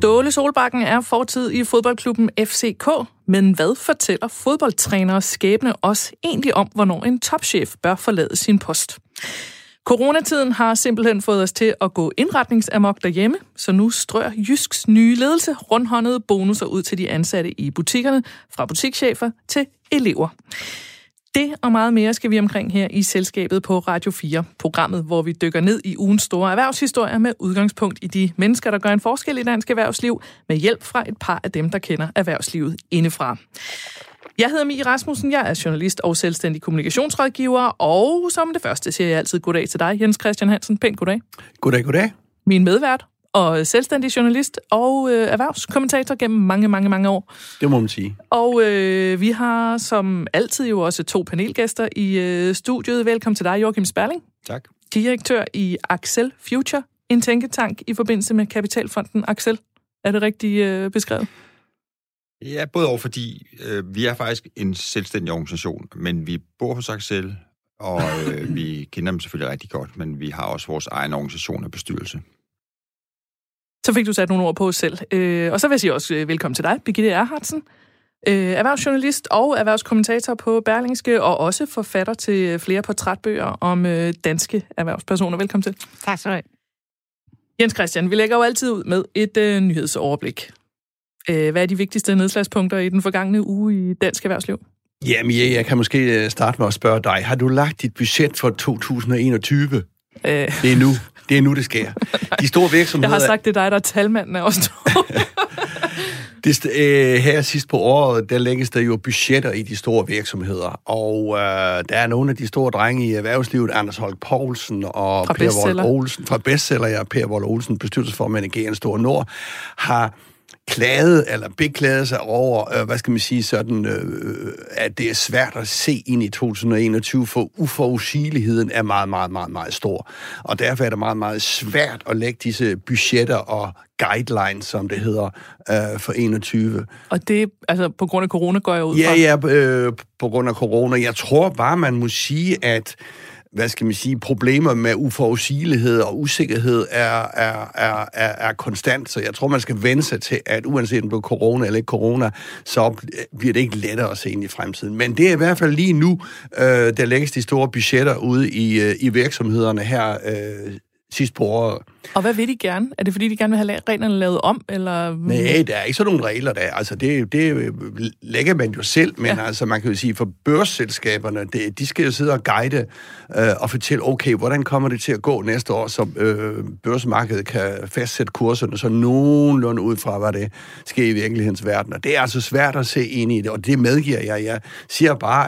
Ståle Solbakken er fortid i fodboldklubben FCK, men hvad fortæller fodboldtrænere skæbne os egentlig om, hvornår en topchef bør forlade sin post? Coronatiden har simpelthen fået os til at gå indretningsamok derhjemme, så nu strør Jysks nye ledelse rundhåndede bonusser ud til de ansatte i butikkerne, fra butikschefer til elever. Det og meget mere skal vi omkring her i Selskabet på Radio 4, programmet, hvor vi dykker ned i ugens store erhvervshistorier med udgangspunkt i de mennesker, der gør en forskel i dansk erhvervsliv, med hjælp fra et par af dem, der kender erhvervslivet indefra. Jeg hedder Mie Rasmussen, jeg er journalist og selvstændig kommunikationsrådgiver, og som det første siger jeg altid goddag til dig, Jens Christian Hansen. Pænt goddag. Goddag. Min medvært og selvstændig journalist og erhvervskommentator gennem mange år. Det må man sige. Og vi har som altid jo også 2 panelgæster i studiet. Velkommen til dig, Joachim Sperling. Tak. Direktør i Accel Future, en tænketank i forbindelse med kapitalfonden Accel. Er det rigtigt beskrevet? Ja, både over, fordi vi er faktisk en selvstændig organisation, men vi bor hos Accel, og vi kender dem selvfølgelig rigtig godt, men vi har også vores egen organisation og bestyrelse. Så fik du sat nogle ord på os selv. Og så vil jeg sige også velkommen til dig, Birgitte Erhardsen, erhvervsjournalist og erhvervskommentator på Berlingske, og også forfatter til flere portrætbøger om danske erhvervspersoner. Velkommen til. Tak skal du have. Jens Christian, vi lægger jo altid ud med et nyhedsoverblik. Hvad er de vigtigste nedslagspunkter i den forgangne uge i dansk erhvervsliv? Jamen, jeg kan måske starte med at spørge dig. Har du lagt dit budget for 2021? Det er nu, det sker. De store virksomheder... Jeg har sagt, det er dig, der er talmanden af os to. Her sidst på året, der lægges der jo budgetter i de store virksomheder, og der er nogle af de store drenge i erhvervslivet, Anders Holk Poulsen og Per Wold Olsen, fra Bestseller, Per Wold Olsen, bestyrelsesformand i GN Store Nord, har beklaget sig over, at det er svært at se ind i 2021, for uforudsigeligheden er meget stor. Og derfor er det meget svært at lægge disse budgetter og guidelines, som det hedder, for 21. Og det, altså på grund af corona, går jeg ud fra? Ja, på grund af corona. Jeg tror bare, man må sige, at problemer med uforudsigelighed og usikkerhed er konstant, så jeg tror, man skal vende sig til, at uanset om det er corona eller ikke corona, så bliver det ikke lettere at se ind i fremtiden. Men det er i hvert fald lige nu, der lægges de store budgetter ude i virksomhederne her sidst på året. Og hvad vil de gerne? Er det fordi, de gerne vil have reglerne lavet om? Eller? Nej, der er ikke sådan nogle regler der. Altså, det lægger man jo selv, men altså, man kan jo sige, for børsselskaberne, de skal jo sidde og guide og fortælle, okay, hvordan kommer det til at gå næste år, så børsmarkedet kan fastsætte kurserne så nogenlunde ud fra, hvad det sker i virkelighedens verden. Og det er altså svært at se ind i det, og det medgiver jeg. Jeg siger bare,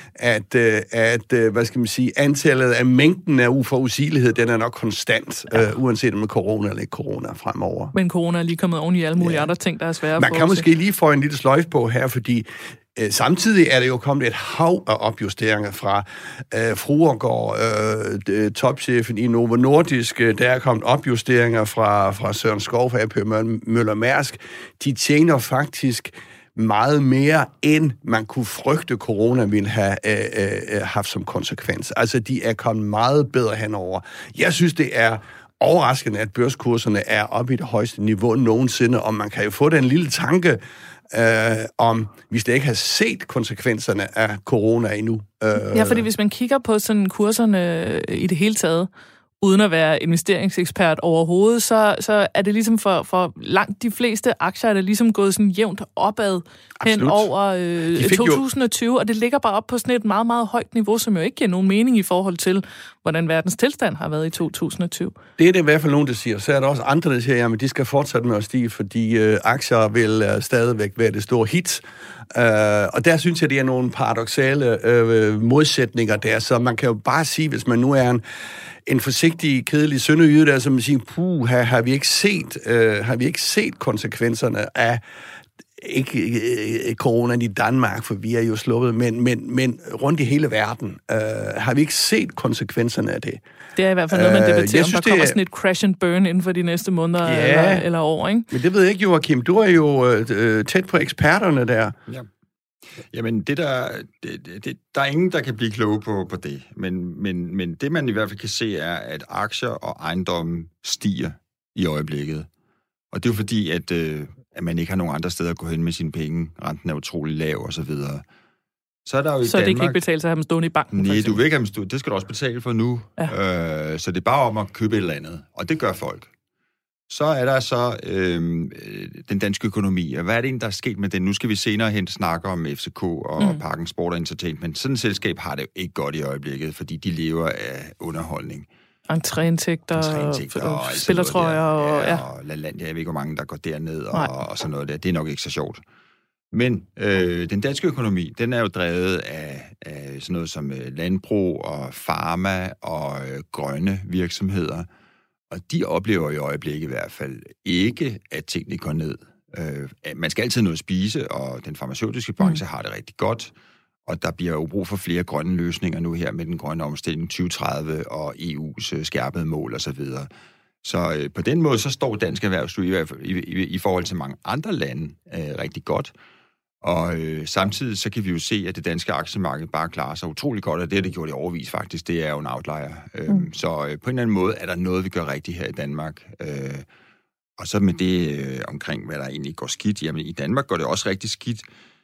at antallet af mængden af uforudsigelighed, den er nok konstant, uanset om det er corona eller ikke corona fremover. Men corona er lige kommet oven i alle mulige andre ting, der er svære. Man kan måske lige få en lille sløjf på her, fordi samtidig er det jo kommet et hav af opjusteringer fra Fruergaard, topchefen i Novo Nordisk. Der er kommet opjusteringer fra Søren Skov, fra AP Møller Mærsk. De tjener faktisk meget mere, end man kunne frygte, corona ville have haft som konsekvens. Altså, de er kommet meget bedre henover. Jeg synes, det er overraskende, at børskurserne er oppe i det højeste niveau nogensinde, og man kan jo få den lille tanke, om vi slet ikke har set konsekvenserne af corona endnu. Ja, fordi hvis man kigger på sådan kurserne i det hele taget, uden at være investeringsekspert overhovedet, så er det ligesom for langt de fleste aktier, er det ligesom gået sådan jævnt opad hen over 2020, og det ligger bare op på sådan et meget højt niveau, som jo ikke giver nogen mening i forhold til, hvordan verdens tilstand har været i 2020. Det er det i hvert fald nogen, der siger. Så er der også andre, der siger, at de skal fortsætte med at stige, fordi aktier vil stadigvæk være det store hit. Og der synes jeg, det er nogle paradoksale modsætninger der, så man kan jo bare sige, hvis man nu er en forsigtig, kedelig sønderjyde der, som man siger, har vi ikke set konsekvenserne af ikke coronaen i Danmark, for vi er jo sluppet, men rundt i hele verden. Har vi ikke set konsekvenserne af det? Det er i hvert fald noget, man debatterer, om der kommer sådan et crash and burn inden for de næste måneder eller år, ikke? Men det ved jeg ikke, Joachim. Du er jo tæt på eksperterne der. Ja. Jamen, der er ingen, der kan blive kloge på det. Men det, man i hvert fald kan se, er, at aktier og ejendomme stiger i øjeblikket. Og det er jo fordi, at man ikke har nogen andre steder at gå hen med sine penge. Renten er utrolig lav og så videre. Så er der jo i så Danmark, det kan ikke betale sig at have dem stående i banken? Nej, du vil ikke have dem stående. Det skal du også betale for nu. Ja. Så det er bare om at købe et eller andet. Og det gør folk. Så er der så den danske økonomi. Og hvad er det egentlig, der er sket med den? Nu skal vi senere hen snakke om FCK og Parken Sport & Entertainment. Sådan et selskab har det jo ikke godt i øjeblikket, fordi de lever af underholdning. Entréindtægter og spillertrøjer. Og LaLandia, jeg ved ikke, hvor mange der går derned og sådan noget der. Det er nok ikke så sjovt. Men den danske økonomi, den er jo drevet af sådan noget som landbrug og pharma og grønne virksomheder. Og de oplever i øjeblikket i hvert fald ikke, at tingene går ned. Man skal altid noget at spise, og den farmaceutiske branche har det rigtig godt. Og der bliver jo brug for flere grønne løsninger nu her med den grønne omstilling 2030 og EU's skærpede mål osv. Så på den måde, så står dansk erhvervsliv i hvert fald i forhold til mange andre lande rigtig godt. Og samtidig så kan vi jo se, at det danske aktiemarked bare klarer sig utrolig godt, og det har det gjort i overvis faktisk. Det er jo en outlier. Så på en eller anden måde er der noget, vi gør rigtigt her i Danmark. Og så med det omkring, hvad der egentlig går skidt. Jamen i Danmark går det også rigtig skidt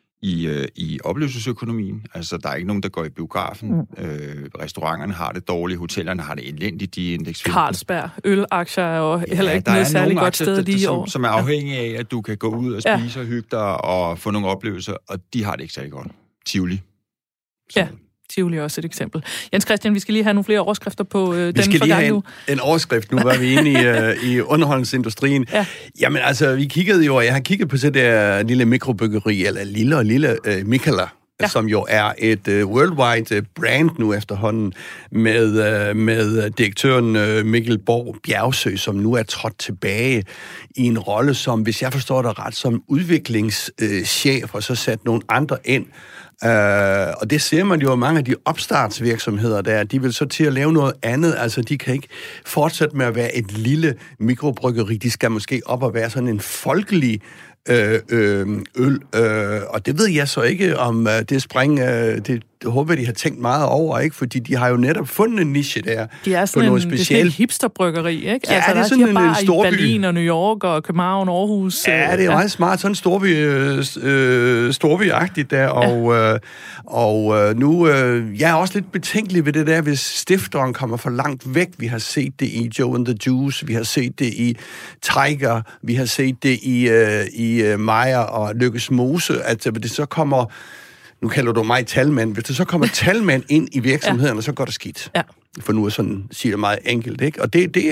i oplevelsesøkonomien. Altså der er ikke nogen, der går i biografen. Restauranterne har det dårligt, hotellerne har det elendigt, de indeksfilter. Carlsberg, ølaktier er jo heller ikke noget særligt godt sted lige i år. Som er afhængige af, at du kan gå ud og spise og hygge dig og få nogle oplevelser, og de har det ikke særlig godt. Tivoli. Ja, Tivoli er også et eksempel. Jens Christian, vi skal lige have nogle flere overskrifter på den forgang nu. Vi skal lige have en overskrift. Nu var vi inde i underholdningsindustrien. Ja. Jamen altså, jeg har kigget på det der lille mikrobyggeri, eller lille Mikkeller, som jo er et worldwide brand nu efterhånden, med direktøren Mikkel Borg Bjergsø, som nu er trådt tilbage i en rolle som, hvis jeg forstår det ret, som udviklingschef, og så sat nogle andre ind. Og det ser man jo, mange af de opstartsvirksomheder der, de vil så til at lave noget andet, altså de kan ikke fortsætte med at være et lille mikrobryggeri, de skal måske op og være sådan en folkelig øl, og det ved jeg så ikke, om det spring, det håber de har tænkt meget over, ikke? Fordi de har jo netop fundet en niche der. De er sådan på noget specielt. Det er sådan en hipsterbryggeri, ikke? Ja, altså, det er sådan en storby. I Berlin og New York og København, Aarhus. Ja, det er meget smart, sådan storby-agtigt der, og nu, jeg er også lidt betænkelig ved det der, hvis stifteren kommer for langt væk. Vi har set det i Joe and the Juice, vi har set det i Tiger, vi har set det i Maja og Lykkes Mose, at det så kommer, nu kalder du mig talmand, hvis det så kommer talmand ind i virksomhederne, så går det skidt. Ja. For nu er sådan, siger det meget enkelt, ikke? Og det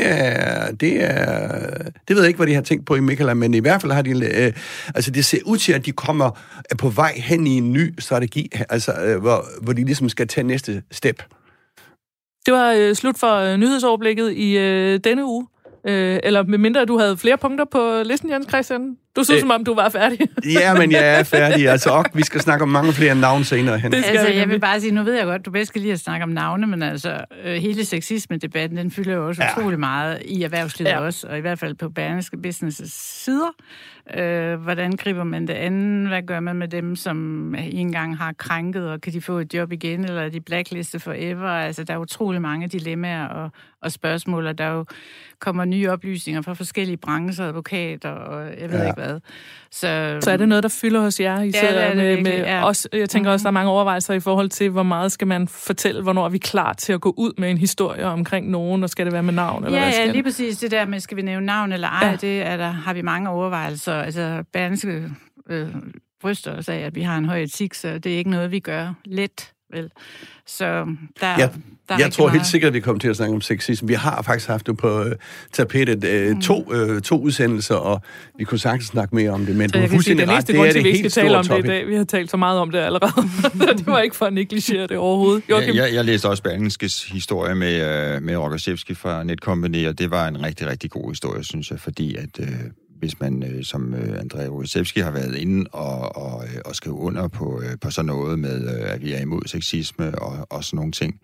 ved jeg ikke, hvad de har tænkt på i Mikkeller, men i hvert fald har de, altså det ser ud til, at de er på vej hen i en ny strategi, altså hvor de ligesom skal tage næste step. Det var slut for nyhedsoverblikket i denne uge. Eller medmindre du havde flere punkter på listen, Jens Christian. Du synes, som om du var færdig. Ja, men jeg er færdig. Altså, vi skal snakke om mange flere navne senere hen. Altså, jeg vil bare sige, nu ved jeg godt, du bedst skal lige at snakke om navne, men altså, hele sexisme-debatten, den fylder jo også utrolig meget i erhvervslivet også, og i hvert fald på Berlingske Business' sider. Hvordan griber man det andet? Hvad gør man med dem, som engang har krænket, og kan de få et job igen, eller er de blacklistet forever? Altså, der er utrolig mange dilemmaer og spørgsmål, og der jo kommer nye oplysninger fra forskellige brancher, advokater, og jeg ved ikke hvad. Så er det noget, der fylder hos jer? I også, jeg tænker også, der er mange overvejelser i forhold til, hvor meget skal man fortælle, hvornår er vi klar til at gå ud med en historie omkring nogen, og skal det være med navn? Eller hvad skal lige præcis det der med, skal vi nævne navn eller ej, det har vi mange overvejelser. Altså, Berlingske bryster os af, at vi har en høj etik, så det er ikke noget, vi gør let, vel? Så jeg tror helt sikkert, at vi kommer til at snakke om sexisme. Vi har faktisk haft det på tapetet to udsendelser, og vi kunne sagtens snakke mere om det. Men så jeg kan sige, det er næste grund til, at vi skal tale om det i dag. Vi har talt så meget om det allerede. Det var ikke for at negligere det overhovedet. Jeg læste også Berlingskes historie med Rogoszewski fra Netcompany, og det var en rigtig, rigtig god historie, synes jeg, fordi at hvis man, som André Rogoszewski har været inde og skrive under på sådan noget med, at vi er imod sexisme og sådan nogle ting,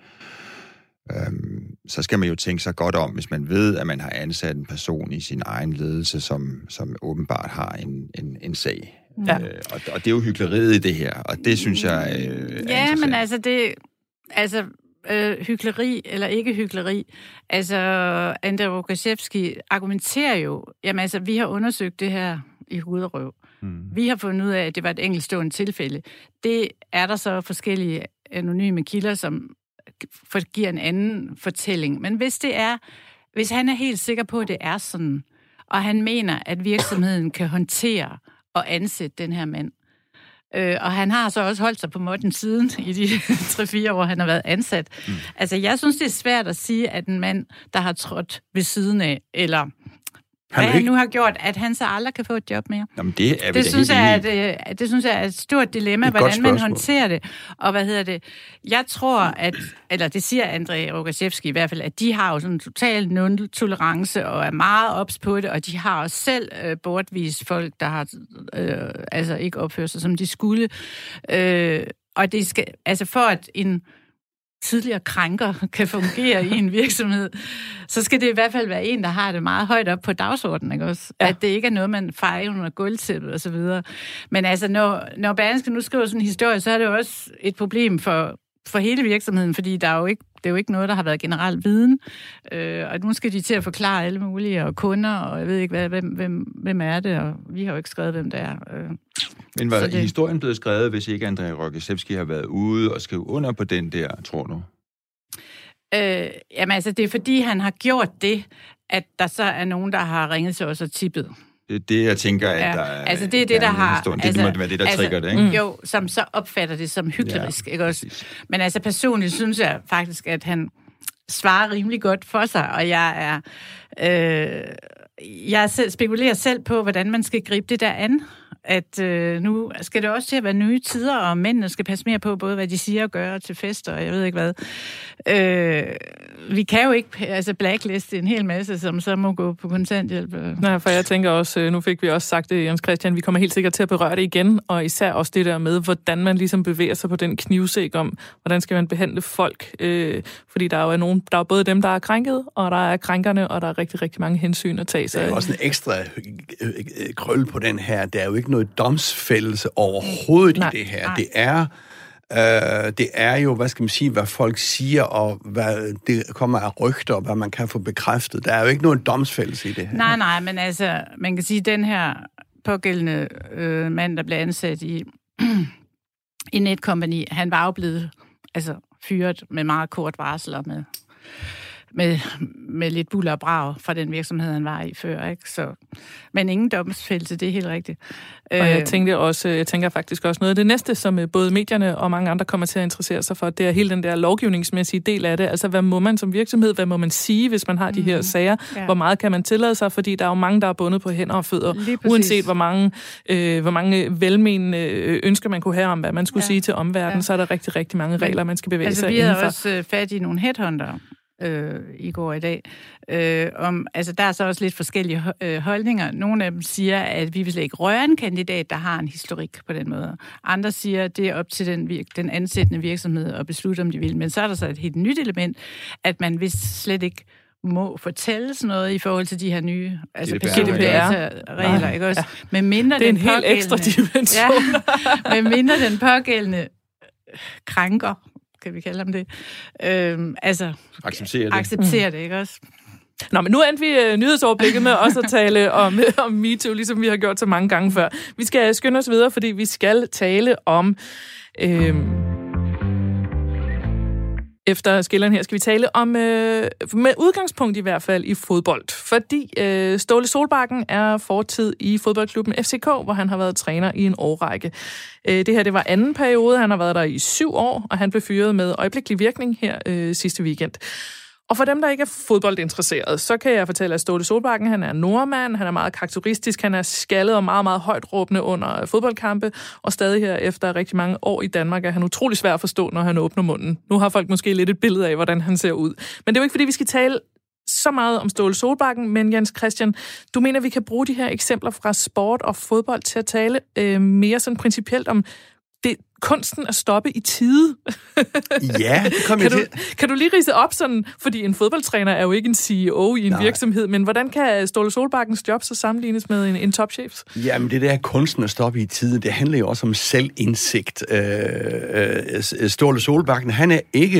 så skal man jo tænke sig godt om, hvis man ved, at man har ansat en person i sin egen ledelse, som åbenbart har en sag. Ja. Og det er jo hykleriet i det her, og det synes jeg er men altså hykleri eller ikke hykleri. Altså, Andrei Rogaczewski argumenterer jo, jamen altså, vi har undersøgt det her i hud og røv. Vi har fundet ud af, at det var et enkeltstående tilfælde. Det er der så forskellige anonyme kilder, som giver en anden fortælling. Men hvis han er helt sikker på, at det er sådan, og han mener, at virksomheden kan håndtere og ansætte den her mand, og han har så også holdt sig på måtten siden i de 3-4 år, han har været ansat. Altså, jeg synes, det er svært at sige, at en mand, der har trådt ved siden af, eller hvad han nu har gjort, at han så aldrig kan få et job mere. Jamen, det er vi det synes jeg er et stort dilemma, hvordan man håndterer det. Og jeg tror, eller det siger Andrei Rogaczewski i hvert fald, at de har jo sådan en total nul-tolerance og er meget ops på det, og de har også selv bortvist folk, der har altså ikke opført sig, som de skulle. Og det skal, altså for at en tidligere krænker kan fungere i en virksomhed, så skal det i hvert fald være en, der har det meget højt op på dagsordenen, ikke også? Ja. At det ikke er noget, man fejrer under gulvtæppet og så videre. Men altså, når Berlingske nu skriver sådan en historie, så er det jo også et problem for hele virksomheden, fordi det er jo ikke noget, der har været generelt viden. Og nu skal de til at forklare alle mulige, og kunder, og jeg ved ikke, hvem er det, og vi har jo ikke skrevet, hvem det er. Men var historien blevet skrevet, hvis ikke Andrei Rogaczewski har været ude og skrive under på den der, tror du? Jamen altså, det er fordi, han har gjort det, at der så er nogen, der har ringet til os og tippet. Det er det, jeg tænker, at der er... Altså, det er det, der har... Det må være det, der trigger det, ikke? Jo, som så opfatter det som hyklerisk, ikke også? Men altså, personligt synes jeg faktisk, at han svarer rimelig godt for sig, og jeg spekulerer selv på, hvordan man skal gribe det der an. At nu skal det også til at være nye tider, og mændene skal passe mere på, både hvad de siger og gør til fester, og jeg ved ikke hvad. Vi kan jo ikke blackliste en hel masse, som så må gå på kontanthjælp. Nej, for jeg tænker også, nu fik vi også sagt det, Jens Christian, vi kommer helt sikkert til at berøre det igen, og især også det der med, hvordan man ligesom bevæger sig på den knivsæk om, hvordan skal man behandle folk. Fordi der er både dem, der er krænket, og der er krænkerne, og der er rigtig, rigtig mange hensyn at tage sig. Der er også en ekstra krøl på den her. Der er jo ikke noget domsfældelse overhovedet i det her. Det er jo, hvad skal man sige, hvad folk siger, og hvad det kommer af rygter, og hvad man kan få bekræftet. Der er jo ikke nogen domsfældelse i det her. Nej, men altså, man kan sige, den her pågældende mand, der blev ansat i Netcompany, han var jo blevet fyret med meget kort varsel og med lidt buller og brag fra den virksomhed, han var i før, ikke? Men ingen domsfældelse, det er helt rigtigt. Og jeg tænker faktisk også noget af det næste, som både medierne og mange andre kommer til at interessere sig for, det er hele den der lovgivningsmæssige del af det. Altså, hvad må man som virksomhed, hvad må man sige, hvis man har de her sager? Ja. Hvor meget kan man tillade sig? Fordi der er jo mange, der er bundet på hænder og fødder. Uanset hvor mange velmenende ønsker man kunne have om, hvad man skulle sige til omverdenen, så er der rigtig, rigtig mange regler, man skal bevæge sig indenfor. Vi har også fat i nogle headhuntere i går i dag. Der er så også lidt forskellige holdninger. Nogle af dem siger, at vi vil slet ikke røre en kandidat, der har en historik på den måde. Andre siger, at det er op til den ansættende virksomhed at beslutte, om de vil. Men så er der så et helt nyt element, at man vist slet ikke må fortælle sådan noget i forhold til de her nye GDPR-regler, ikke også? Ja. Det er en helt ekstra dimension. Med mindre den pågældende krænker, kan vi kalde ham det. Accepterer det, ikke også? Nå, men nu endte vi nyhedsoverblikket med også at tale om MeToo, ligesom vi har gjort så mange gange før. Vi skal skynde os videre, fordi vi skal tale om... Efter skilleren her skal vi tale om, med udgangspunkt i hvert fald, i fodbold. Fordi Ståle Solbakken er fortid i fodboldklubben FCK, hvor han har været træner i en årrække. Det her, det var anden periode. Han har været der i 7 år, og han blev fyret med øjeblikkelig virkning her sidste weekend. Og for dem, der ikke er fodboldinteresseret, så kan jeg fortælle, at Ståle Solbakken, han er nordmand, han er meget karakteristisk, han er skaldet og meget, meget højt råbende under fodboldkampe, og stadig her efter rigtig mange år i Danmark er han utrolig svær at forstå, når han åbner munden. Nu har folk måske lidt et billede af, hvordan han ser ud. Men det er jo ikke, fordi vi skal tale så meget om Ståle Solbakken, men Jens Christian, du mener, vi kan bruge de her eksempler fra sport og fodbold til at tale mere sådan principielt om det kunsten at stoppe i tide. Ja, det kommer jeg til. Kan du lige ridse op sådan, fordi en fodboldtræner er jo ikke en CEO i en virksomhed, men hvordan kan Ståle Solbakkens job så sammenlignes med en topchef? Jamen, det der kunsten at stoppe i tide, det handler jo også om selvindsigt. Ståle Solbakken, han er ikke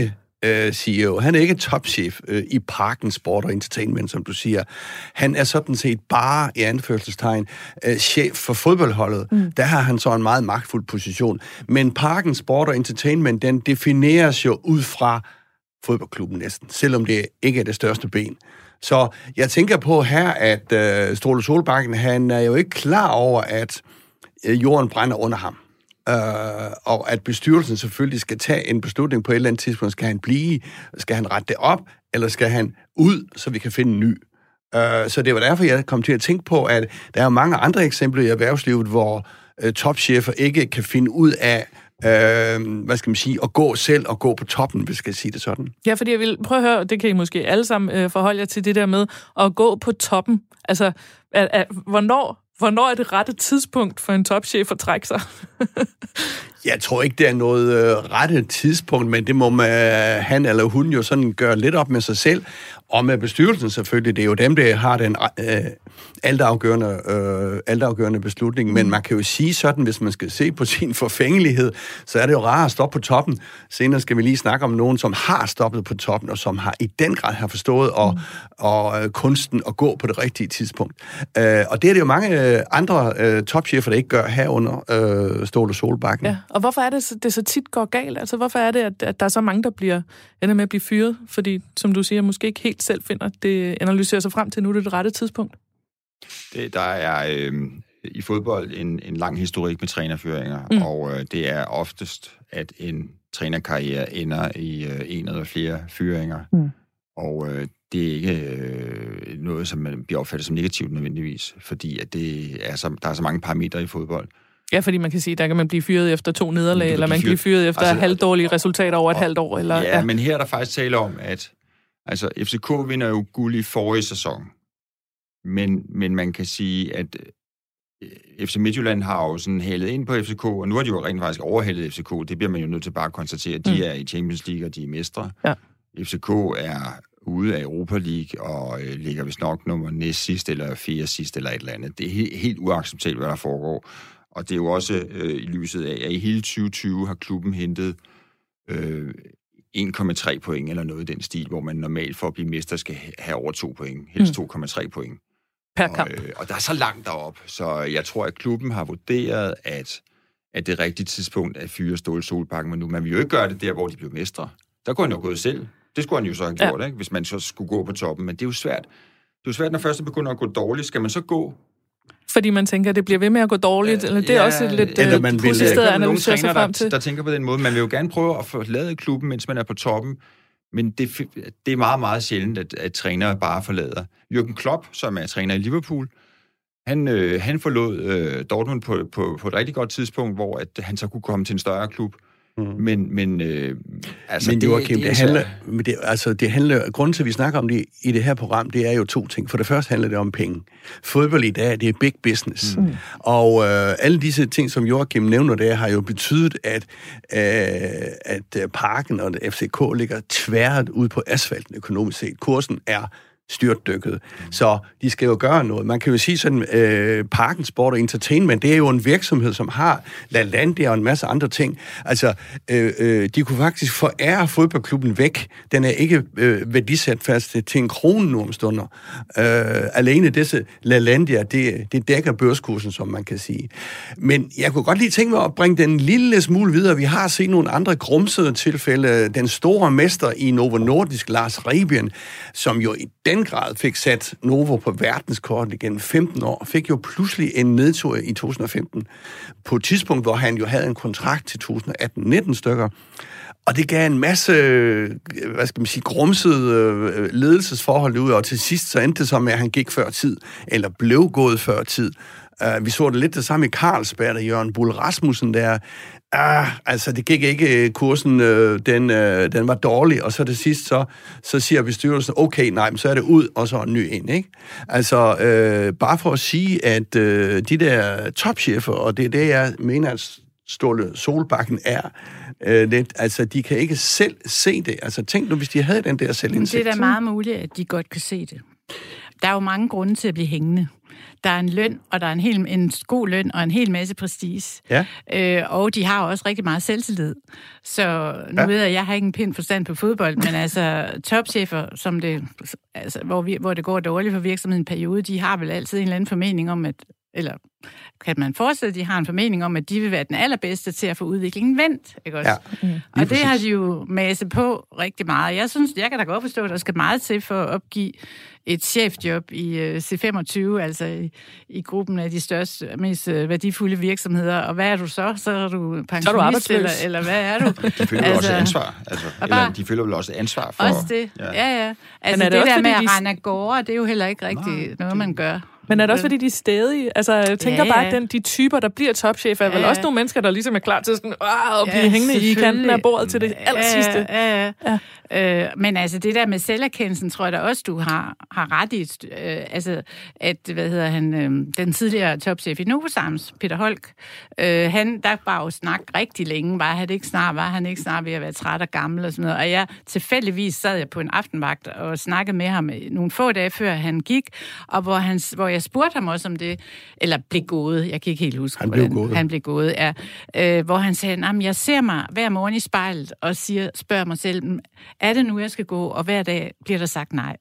CEO. Han er ikke topchef i Parken Sport og Entertainment, som du siger. Han er sådan set bare, i anførselstegn, chef for fodboldholdet. Der har han så en meget magtfuld position. Men Parken Sport og Entertainment, den defineres jo ud fra fodboldklubben næsten, selvom det ikke er det største ben. Så jeg tænker på her, at Ståle Solbakken, han er jo ikke klar over, at jorden brænder under ham. Og at bestyrelsen selvfølgelig skal tage en beslutning på et eller andet tidspunkt. Skal han blive? Skal han rette det op? Eller skal han ud, så vi kan finde en ny? Så det var derfor, jeg kom til at tænke på, at der er mange andre eksempler i erhvervslivet, hvor topchefer ikke kan finde ud af, at gå selv og gå på toppen, hvis jeg skal sige det sådan. Ja, fordi jeg vil prøve at høre, det kan I måske alle sammen forholde jer til det der med at gå på toppen. Altså, hvornår er det rette tidspunkt for en topchef at trække sig? Jeg tror ikke, det er noget rette tidspunkt, men det må han eller hun jo sådan gøre lidt op med sig selv, og med bestyrelsen selvfølgelig. Det er jo dem, der har den altafgørende beslutning, men man kan jo sige sådan, hvis man skal se på sin forfængelighed, så er det jo rart at stoppe på toppen. Senere skal vi lige snakke om nogen, som har stoppet på toppen, og som har i den grad har forstået og kunsten at gå på det rigtige tidspunkt. Og det er det jo mange andre topchefer, der ikke gør herunder Ståle Solbakken. Ja, og hvorfor er det så tit går galt? Altså, hvorfor er det, at der er så mange, der ender med at blive fyret? Fordi, som du siger, måske ikke helt selv finder, det analyserer sig frem til, nu er det rette tidspunkt. Der er i fodbold en lang historik med trænerfyringer, og det er oftest, at en trænerkarriere ender i en eller flere fyringer. Og det er ikke noget, som man bliver opfattet som negativt nødvendigvis, fordi at der er så mange parametre i fodbold. Ja, fordi man kan sige, der kan man blive fyret efter 2 nederlag, eller man kan blive fyret efter halvdårlige resultater over et halvt år. Eller, ja, men her er der faktisk tale om, at FCK vinder jo guld i forrige sæson. Men man kan sige, at FC Midtjylland har jo sådan hældet ind på FCK, og nu har de jo rent faktisk overhældet FCK. Det bliver man jo nødt til bare at konstatere. De er i Champions League, og de er mestre. Ja. FCK er ude af Europa League, og ligger vist nok nummer næst sidst, eller 4. sidst, eller et eller andet. Det er helt uacceptabelt, hvad der foregår. Og det er jo også i lyset af, at i hele 2020 har klubben hentet 1,3 point, eller noget i den stil, hvor man normalt for at blive mester skal have over 2 point. Helst 2,3 point. Per kamp. Og der er så langt derop, så jeg tror, at klubben har vurderet, at det rigtige tidspunkt at fyre Ståle Solbakken, men nu man vil jo ikke gøre det der, hvor de blev mestre. Der kunne han jo gået selv. Det skulle han jo så have gjort, ikke? Hvis man så skulle gå på toppen. Men det er jo svært. Det er jo svært, når først det begynder at gå dårligt. Skal man så gå? Fordi man tænker, at det bliver ved med at gå dårligt, eller det er også et lidt pudsigt sted at analysere sig frem til. Der tænker på den måde. Man vil jo gerne prøve at forlade klubben, mens man er på toppen, men det er meget, meget sjældent, at trænere bare forlader. Jürgen Klopp, som er træner i Liverpool, han forlod Dortmund på et rigtig godt tidspunkt, hvor at han så kunne komme til en større klub. Men Joachim, det handler, grunden til, at vi snakker om det i det her program, det er jo 2 ting. For det første handler det om penge. Fodbold i dag, det er big business. Og alle disse ting, som Joachim nævner der, har jo betydet, at Parken og FCK ligger tværet ud på asfalten økonomisk set. Kursen er styrtdykket. Så de skal jo gøre noget. Man kan jo sige sådan, Parken Sport og Entertainment, det er jo en virksomhed, som har LaLandia og en masse andre ting. Altså, de kunne faktisk forære fodboldklubben væk. Den er ikke værdisat fast til 1 krone nu om stunder. Alene disse LaLandia, det dækker børskursen, som man kan sige. Men jeg kunne godt lige tænke mig at bringe den lille smule videre. Vi har set nogle andre grumsede tilfælde. Den store mester i Novo Nordisk, Lars Rebien, som jo i den grad fik sat Novo på verdenskortet igennem 15 år, fik jo pludselig en nedtur i 2015, på et tidspunkt, hvor han jo havde en kontrakt til 2018-19 stykker. Og det gav en masse, grumsede ledelsesforhold ud, og til sidst så endte det så med, at han gik før tid, eller blev gået før tid. Vi så det lidt det samme i Carlsberg, der Jørgen Bull Rasmussen der. Det gik ikke, kursen, den var dårlig, og så til sidst, så siger bestyrelsen, okay, nej, men så er det ud, og så en ny ind, ikke? Altså, bare for at sige, at de der topchefer, og det er det, jeg mener, at Ståle Solbakken er lidt, altså, de kan ikke selv se det. Altså, tænk nu, hvis de havde den der selvindsigt. Det er da meget muligt, at de godt kan se det. Der er jo mange grunde til at blive hængende. der er en løn, og der er en god løn og en hel masse prestige. Ja. Og de har også rigtig meget selvtillid. Så nu ved jeg har ikke en pind forstand på fodbold, men altså topchefer, hvor det går dårligt for virksomheden en periode, de har vel altid en eller anden formening om, eller kan man forestille, at de har en formening om, at de vil være den allerbedste til at få udviklingen vendt, ikke også? Ja. Og det har de jo maset på rigtig meget. Jeg kan da godt forstå, at der skal meget til for at opgive et chefjob i C25, altså i gruppen af de største, mest værdifulde virksomheder. Og hvad er du så? Så er du pensionist, eller hvad er du? De føler jo også ansvar. Eller de føler vel også ansvar for... Også det, ja. Altså det der med at rende af gårde, det er jo heller ikke rigtigt noget, man gør. Men er det også, fordi de er stædige? Altså, jeg tænker bare, at de typer, der bliver topchefer, er vel også nogle mennesker, der ligesom er klar til sådan, at blive hængende i kanten af bordet til det allersidste. Ja. Men altså, det der med selverkendelsen, tror jeg da også, du har ret i. Altså, at, den tidligere topchef i Novozymes, Peter Holk, der var jo snak rigtig længe. Var han ikke snart ved at være træt og gammel og sådan noget. Og jeg tilfældigvis sad jeg på en aftenvagt og snakkede med ham nogle få dage før han gik, og hvor jeg spurgte ham også om det, eller blev gået, jeg kan ikke helt huske, han blev gået, ja. Hvor han sagde, jeg ser mig hver morgen i spejlet og spørger mig selv, er det nu, jeg skal gå, og hver dag bliver der sagt nej.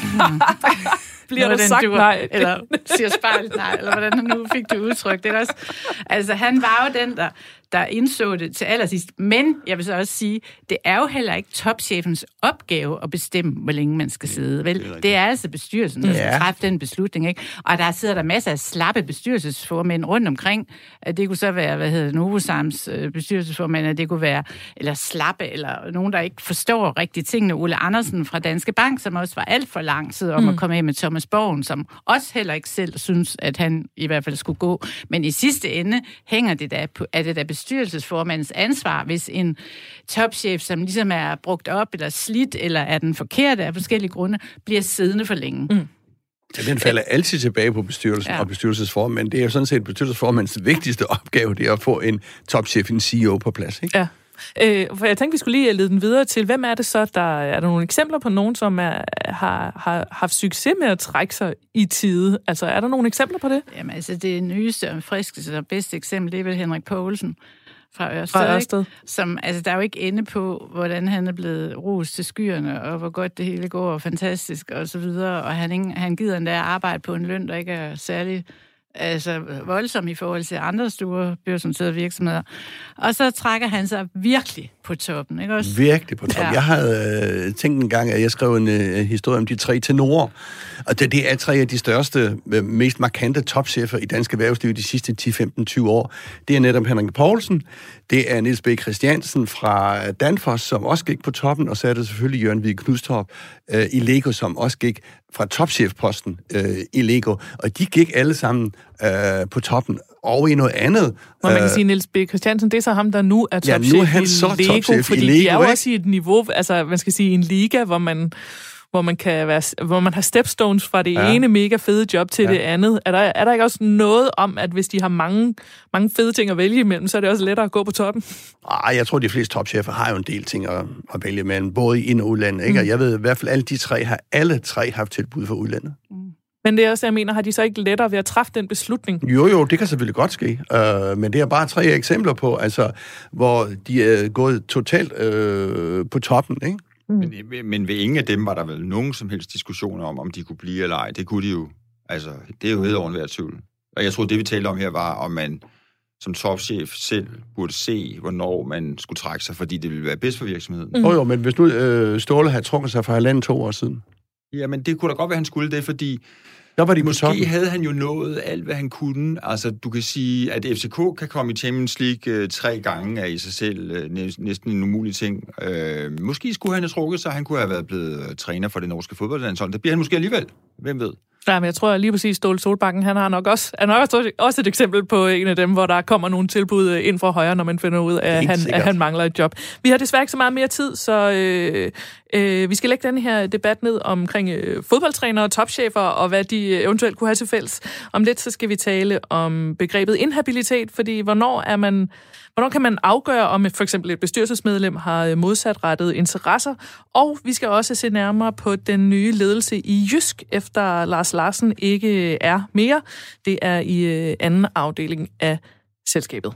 Bliver der sagt nej? Eller siger spejlet nej, eller hvordan nu fik du udtrykt det også. Altså, han var jo den, der indså det til allersidst. Men jeg vil så også sige, det er jo heller ikke topchefens opgave at bestemme, hvor længe man skal sidde. Vel? Det er altså bestyrelsen, der skal træffe den beslutning. Ikke? Og der sidder der masser af slappe bestyrelsesformænd rundt omkring. Det kunne så være, Novozymes bestyrelsesformænd, det kunne være, eller slappe, eller nogen, der ikke forstår rigtig tingene. Ole Andersen fra Danske Bank, som også var alt for lang tid om at komme af med Thomas Borgen, som også heller ikke selv synes, at han i hvert fald skulle gå. Men i sidste ende hænger det da på, er det da bestyrelsesformandens ansvar, hvis en topchef, som ligesom er brugt op, eller slidt, eller er den forkerte af forskellige grunde, bliver siddende for længe. Ja, den falder altid tilbage på bestyrelsen og bestyrelsesformand. Det er jo sådan set bestyrelsesformandens vigtigste opgave, det er at få en topchef, en CEO på plads, ikke? Ja. For jeg tænkte, vi skulle lige lede den videre til, hvem er det så, er der nogle eksempler på nogen, som har haft succes med at trække sig i tide? Altså, er der nogle eksempler på det? Jamen, altså, det nyeste og friskeste og bedste eksempel, det er vel Henrik Poulsen fra Ørsted. Som, altså, der er jo ikke ende på, hvordan han er blevet rost til skyerne, og hvor godt det hele går, og fantastisk, og så videre. Og han gider endda arbejde på en løn, der ikke er særlig voldsom i forhold til andre store børsnoterede virksomheder. Og så trækker han sig virkelig på toppen, ikke også? Virkelig på toppen. Ja. Jeg havde tænkt en gang, at jeg skrev en historie om de 3 tenorer. Og det er 3 af de største, mest markante topchefer i dansk erhvervsliv de sidste 10-15-20 år. Det er netop Henrik Poulsen, det er Niels B. Christiansen fra Danfoss, som også gik på toppen, og så er det selvfølgelig Jørgen Vig Knudstrup i Lego, som også gik fra topchefposten i Lego. Og de gik alle sammen på toppen over i noget andet. Og man kan sige, Niels B. Christiansen, det er så ham, der nu er topchef nu er han så i Lego, topchef fordi i Lego, de er jo også i et niveau, altså man skal sige en liga, hvor man har stepstones fra det ene mega fede job til det andet. Er der ikke også noget om, at hvis de har mange fede ting at vælge imellem, så er det også lettere at gå på toppen? Jeg tror, de fleste topchefer har jo en del ting at vælge imellem, både i ind- og udlandet. Ikke? Og jeg ved i hvert fald, at alle tre haft tilbud for udlandet. Men det er også, jeg mener, har de så ikke lettere ved at træffe den beslutning? Jo, det kan selvfølgelig godt ske. Men det er bare 3 eksempler på, altså, hvor de er gået totalt på toppen, ikke? Men ved ingen af dem var der vel nogen som helst diskussioner om de kunne blive eller ej. Det kunne de jo. Altså, det er jo hedder ovenværd tvivl. Og jeg tror, det vi talte om her var, om man som topchef selv burde se, hvornår man skulle trække sig, fordi det ville være bedst for virksomheden. Jo, men hvis nu Ståle havde trukket sig for 1,5-2 år siden. Jamen, det kunne da godt være, han skulle det, fordi der var de måske havde han jo nået alt, hvad han kunne. Altså, du kan sige, at FCK kan komme i Champions League 3 gange er i sig selv næsten en umulig ting. Måske skulle han have trukket sig, han kunne have været blevet træner for det norske fodboldlandshold. Det bliver han måske alligevel. Hvem ved? Ja, men jeg tror lige præcis, Ståle Solbakken, han har nok også et eksempel på en af dem, hvor der kommer nogle tilbud ind fra højre, når man finder ud af, at han mangler et job. Vi har desværre ikke så meget mere tid, så vi skal lægge den her debat ned omkring fodboldtrænere og topchefer, og hvad de eventuelt kunne have til fælles. Om lidt, så skal vi tale om begrebet inhabilitet, fordi hvornår kan man afgøre, om for eksempel et bestyrelsesmedlem har modsatrettede interesser? Og vi skal også se nærmere på den nye ledelse i Jysk, efter Lars Larsen ikke er mere. Det er i anden afdeling af selskabet.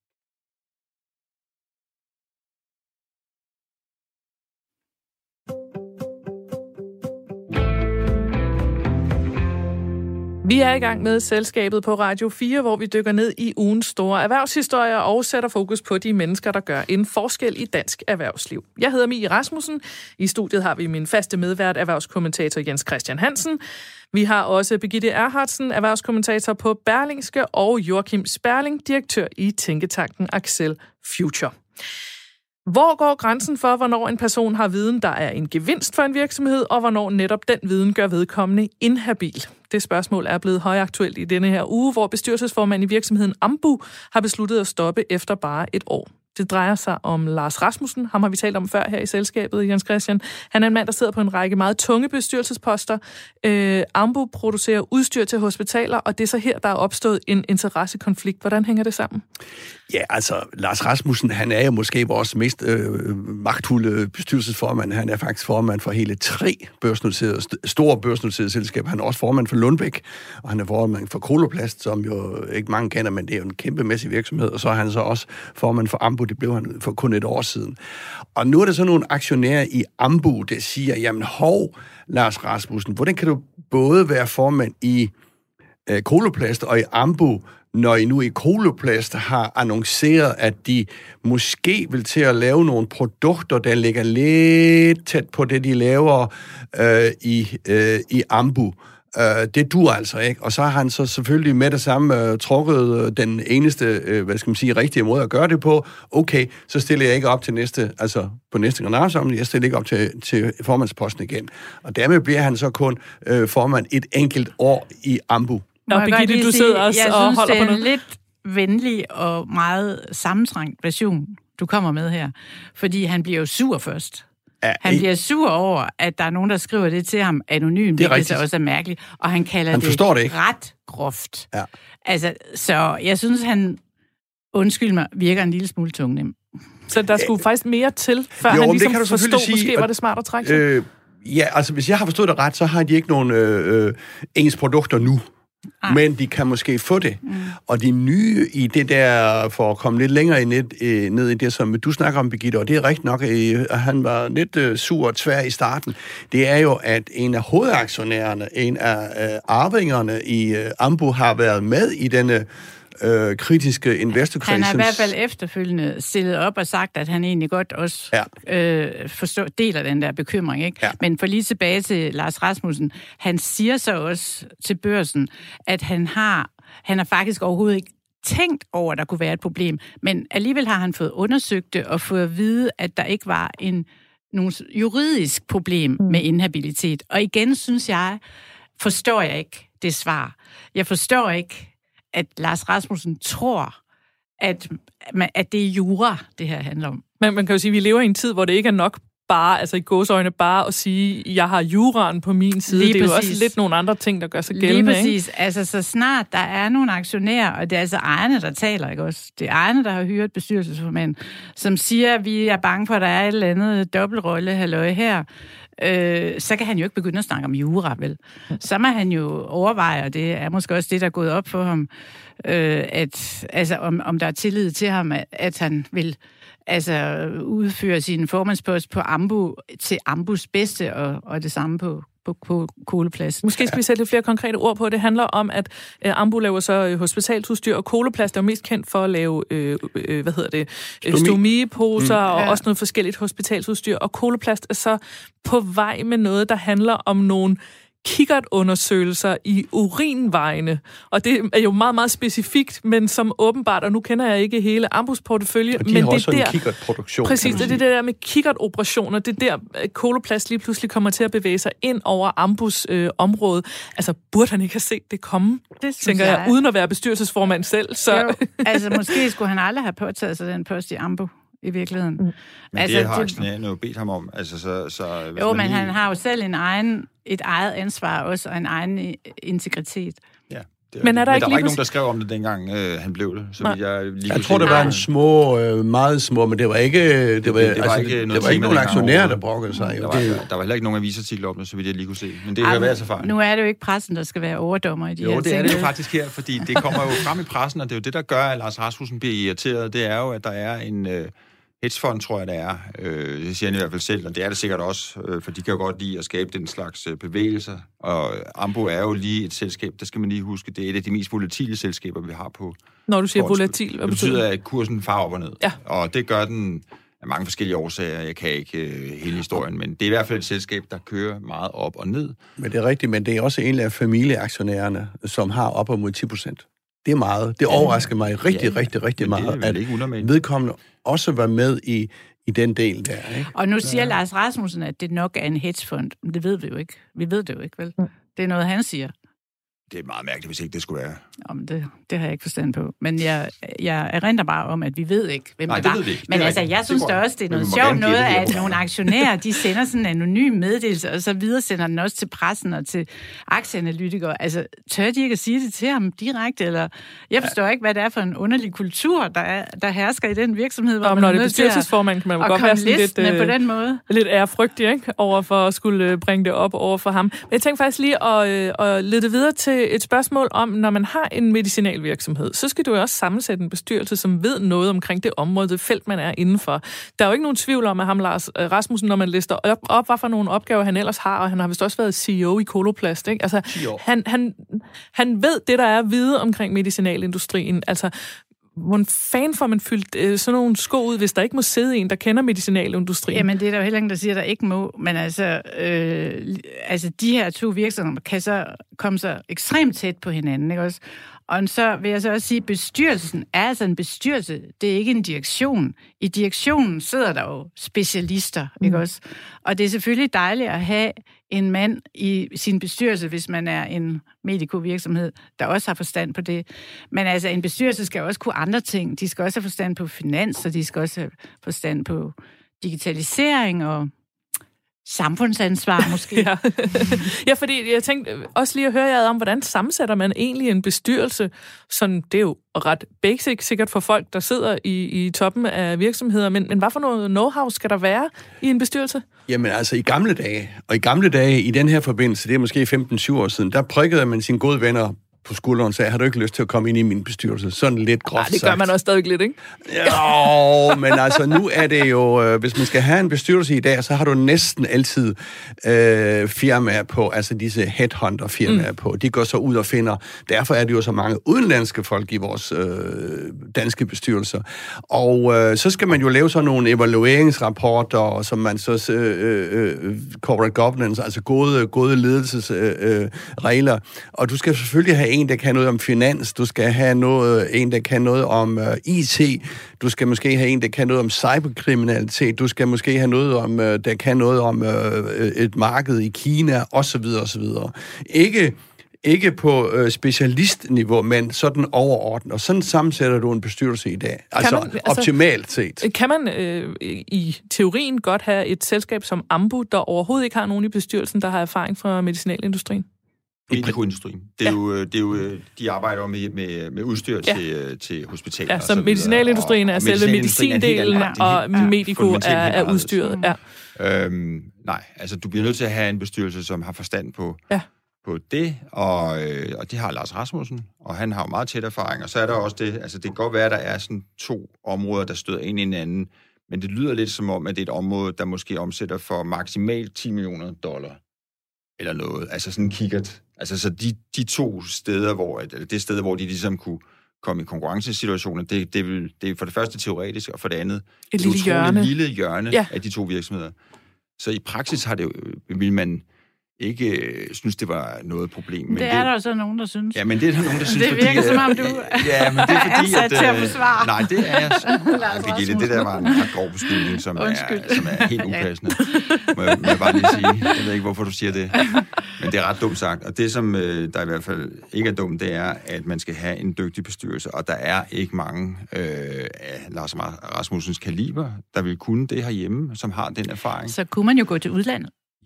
Vi er i gang med selskabet på Radio 4, hvor vi dykker ned i ugens store erhvervshistorier og sætter fokus på de mennesker, der gør en forskel i dansk erhvervsliv. Jeg hedder Mie Rasmussen. I studiet har vi min faste medvært, erhvervskommentator Jens Christian Hansen. Vi har også Birgitte Erhardsen, erhvervskommentator på Berlingske, og Joachim Sperling, direktør i tænketanken Axel Future. Hvor går grænsen for, hvornår en person har viden, der er en gevinst for en virksomhed, og hvornår netop den viden gør vedkommende inhabil? Det spørgsmål er blevet højaktuelt i denne her uge, hvor bestyrelsesformand i virksomheden Ambu har besluttet at stoppe efter bare et år. Det drejer sig om Lars Rasmussen. Ham har vi talt om før her i selskabet, Jens Christian. Han er en mand, der sidder på en række meget tunge bestyrelsesposter. Ambu producerer udstyr til hospitaler, og det er så her, der er opstået en interessekonflikt. Hvordan hænger det sammen? Ja, altså, Lars Rasmussen, han er jo måske vores mest magtfulde bestyrelsesformand. Han er faktisk formand for hele 3 store børsnoterede selskaber. Han er også formand for Lundbæk, og han er formand for Coloplast, som jo ikke mange kender, men det er jo en kæmpemæssig virksomhed. Og så er han så også formand for Ambu, det blev han for kun et år siden. Og nu er der så nogle aktionærer i Ambu, der siger, jamen Lars Rasmussen, hvordan kan du både være formand i Coloplast og i Ambu, når I nu i Coloplast har annonceret, at de måske vil til at lave nogle produkter, der ligger lidt tæt på det, de laver i Ambu. Det dur altså ikke. Og så har han så selvfølgelig med det samme trukket den eneste, rigtige måde at gøre det på. Okay, så stiller jeg ikke op til på næste generalforsamling. Jeg stiller ikke op til formandsposten igen. Og dermed bliver han så kun formand et enkelt år i Ambu. Nå, Birgitte, du sidder også og holder på noget. Jeg synes, det er en lidt venlig og meget sammentrængt version, du kommer med her. Fordi han bliver jo sur først. Han bliver sur over, at der er nogen, der skriver det til ham anonymt. Det så også er mærkeligt. Og han kalder det ret groft. Ja. Altså, så jeg synes, han, undskyld mig, virker en lille smule tungnem. Så der skulle faktisk mere til, før han ligesom forstod, måske var det smart at trække sig? Ja, altså hvis jeg har forstået det ret, så har de ikke nogen ens produkter nu. Men de kan måske få det. Og de nye i det der, for at komme lidt længere ned i det, som du snakker om, Birgitte, og det er rigtigt nok, at han var lidt sur og tvær i starten, det er jo, at en af hovedaktionærerne, en af arvingerne i Ambu, har været med i denne kritiske investorkrise. Han har i hvert fald efterfølgende stillet op og sagt, at han egentlig godt også deler den der bekymring. Ikke? Ja. Men for lige tilbage til Lars Rasmussen, han siger så også til Børsen, at han har faktisk overhovedet ikke tænkt over, at der kunne være et problem, men alligevel har han fået undersøgt det og fået at vide, at der ikke var nogen juridisk problem med inhabilitet. Og igen forstår jeg ikke det svar. Jeg forstår ikke, at Lars Rasmussen tror, at det er jura, det her handler om. Men man kan jo sige, at vi lever i en tid, hvor det ikke er nok bare, altså i gåseøjne bare at sige, at jeg har juraen på min side. Lige det er præcis. Jo også lidt nogle andre ting, der gør sig gældende. Lige præcis. Ikke? Altså så snart der er nogle aktionærer, og det er altså ejerne, der taler, ikke også? Det er ejerne, der har hyret bestyrelsesformand, som siger, at vi er bange for, at der er et eller andet dobbeltrolle halløj her. Så kan han jo ikke begynde at snakke om jura, vel? Så må han jo overveje, og det er måske også det, der er gået op for ham, om der er tillid til ham, at han vil udføre sin formandspost på Ambu til Ambus bedste, og det samme på Coloplast. Måske skal vi sætte lidt flere konkrete ord på. Det handler om, at Ambu laver så hospitalsudstyr, og Coloplast er jo mest kendt for at lave stomieposer og også noget forskelligt hospitalsudstyr. Og Coloplast er så på vej med noget, der handler om nogle kikkertundersøgelser i urinvejene. Og det er jo meget, meget specifikt, men som åbenbart, og nu kender jeg ikke hele Ambus portefølje, men det er også en kikkertproduktion. Præcis, det er det der med kikkertoperationer, det er der Coloplast lige pludselig kommer til at bevæge sig ind over Ambus område. Altså, burde han ikke have set det komme? Det tænker jeg, uden at være bestyrelsesformand selv. Så. Jo, altså måske skulle han aldrig have påtaget sig den post i Ambu. I virkeligheden. Men det har aktionærerne jo bedt ham om. Men han har jo selv et eget ansvar også, og en egen integritet. Ja, Men er der var ikke nogen, der skrev om det, dengang han blev det. Så jeg tror, det var en små, meget små, men det var ikke, det var ikke nogen aktionærer, der brokkede sig. Der var heller ikke nogen avisartikler om det, så vidt jeg lige kunne se. Men det kan være så fejl. Nu er det jo ikke pressen, der skal være overdommer i de her ting. Jo, det er det jo faktisk her, fordi det kommer jo frem i pressen, og det er jo det, der gør, at Lars Rasmussen bliver irriteret. Det er jo, at der er en hedgefond, tror jeg, det er. Det siger han i hvert fald selv, og det er det sikkert også, for de kan jo godt lide at skabe den slags bevægelser. Og Ambu er jo lige et selskab, der skal man lige huske, det er et af de mest volatile selskaber, vi har på. Når du siger volatil, hvad betyder det? Det betyder, at kursen farer op og ned. Ja. Og det gør den af mange forskellige årsager. Jeg kan ikke hele historien, men det er i hvert fald et selskab, der kører meget op og ned. Men det er rigtigt, men det er også en af familieaktionærerne, som har op mod 10%. Det er meget. Det overrasker mig rigtig meget, at vedkommende også var med i den del der. Ikke? Og nu siger Lars Rasmussen, at det nok er en hedgefond. Men det ved vi jo ikke. Vi ved det jo ikke, vel? Det er noget, han siger. Det er meget mærkeligt, hvis ikke det skulle være. Jamen, det har jeg ikke forstand på. Men jeg erindrer bare om, at vi ved ikke, hvem det var. Men altså, jeg synes da også, det er noget sjovt noget, at nogle aktionærer, de sender sådan en anonym meddelelse, og så videre sender den også til pressen og til aktieanalytikere. Altså, tør de ikke at sige det til ham direkte? Eller jeg forstår ikke, hvad det er for en underlig kultur, der hersker i den virksomhed. Hvor når det er bestyrelsesformand, kan man godt være sådan lidt, på den måde. Lidt ærefrygtig, ikke? Over for at skulle bringe det op over for ham. Men jeg tænker faktisk lige at lede det videre til et spørgsmål om, når man har en medicinalvirksomhed, så skal du jo også sammensætte en bestyrelse, som ved noget omkring det område, det felt, man er indenfor. Der er jo ikke nogen tvivl om, at ham, Lars Rasmussen, når man lister op, hvad for nogle opgaver han ellers har, og han har vist også været CEO i Coloplast, ikke? Altså, han ved det, der er at vide omkring medicinalindustrien. Altså, hvordan fanden får man fyldt sådan nogle sko ud, hvis der ikke må sidde en, der kender medicinalindustrien? Jamen, det er der jo heller ingen, der siger, der ikke må. Men altså de her to virksomheder kan så komme så ekstremt tæt på hinanden, ikke også? Og så vil jeg så også sige, at bestyrelsen er altså en bestyrelse. Det er ikke en direktion. I direktionen sidder der jo specialister, ikke også? Og det er selvfølgelig dejligt at have en mand i sin bestyrelse, hvis man er en medikovirksomhed, der også har forstand på det. Men altså, en bestyrelse skal også kunne andre ting. De skal også have forstand på finans, og de skal også have forstand på digitalisering og samfundsansvar, måske. Ja, fordi jeg tænkte også lige at høre jer om, hvordan sammensætter man egentlig en bestyrelse? Sådan, det er jo ret basic, sikkert for folk, der sidder i toppen af virksomheder, men hvad for noget know-how skal der være i en bestyrelse? Jamen altså i gamle dage i den her forbindelse, det er måske 15-20 år siden, der prikkede man sine gode venner på skulderen, så har du ikke lyst til at komme ind i min bestyrelse. Sådan lidt groft sagt. Det gør man også stadig lidt, ikke? Jo, men altså nu er det jo, hvis man skal have en bestyrelse i dag, så har du næsten altid firmaer på, altså disse headhunter-firmaer på. De går så ud og finder, derfor er det jo så mange udenlandske folk i vores danske bestyrelser. Og så skal man jo lave sådan nogle evalueringsrapporter, som man så corporate governance, altså gode ledelsesregler. Og du skal selvfølgelig have en, der kan noget om finans, du skal have en, der kan noget om IT, du skal måske have en, der kan noget om cyberkriminalitet, du skal måske have noget om, der kan noget om et marked i Kina, osv. osv. Ikke på specialistniveau, men sådan overordnet. Og sådan sammensætter du en bestyrelse i dag. Altså optimalt set. Kan man i teorien godt have et selskab som Ambu, der overhovedet ikke har nogen i bestyrelsen, der har erfaring fra medicinalindustrien? Medikoindustrien. Det er jo, de arbejder jo med udstyr til hospitaler. Ja, så medicinalindustrien er selve medicindelen, og Medico er udstyret. Ja. Nej, altså du bliver nødt til at have en bestyrelse, som har forstand på det, og det har Lars Rasmussen, og han har jo meget tæt erfaring, og så er der også det, altså det kan godt være, at der er sådan to områder, der støder ind i hinanden, men det lyder lidt som om, at det er et område, der måske omsætter for maksimalt $10 million, eller noget, altså sådan en kikkert. Altså så de to steder, hvor de ligesom kunne komme i konkurrencesituationer, det er for det første teoretisk, og for det andet et lille hjørne af de to virksomheder. Så i praksis har det jo, vil man ikke synes, det var noget problem. Men det er der jo så nogen, der synes. Ja, men det er der nogen, der synes, det virker som om, du ja, men det er fordi, er sat til at forsvare. Nej, det er jeg. Det der var en ret grov beskyldning, som er helt upassende. Må jeg bare lige sige. Jeg ved ikke, hvorfor du siger det. Men det er ret dumt sagt. Og det, som der i hvert fald ikke er dumt, det er, at man skal have en dygtig bestyrelse. Og der er ikke mange af Lars Rasmussens kaliber, der vil kunne det herhjemme, som har den erfaring. Så kunne man jo gå til udlandet.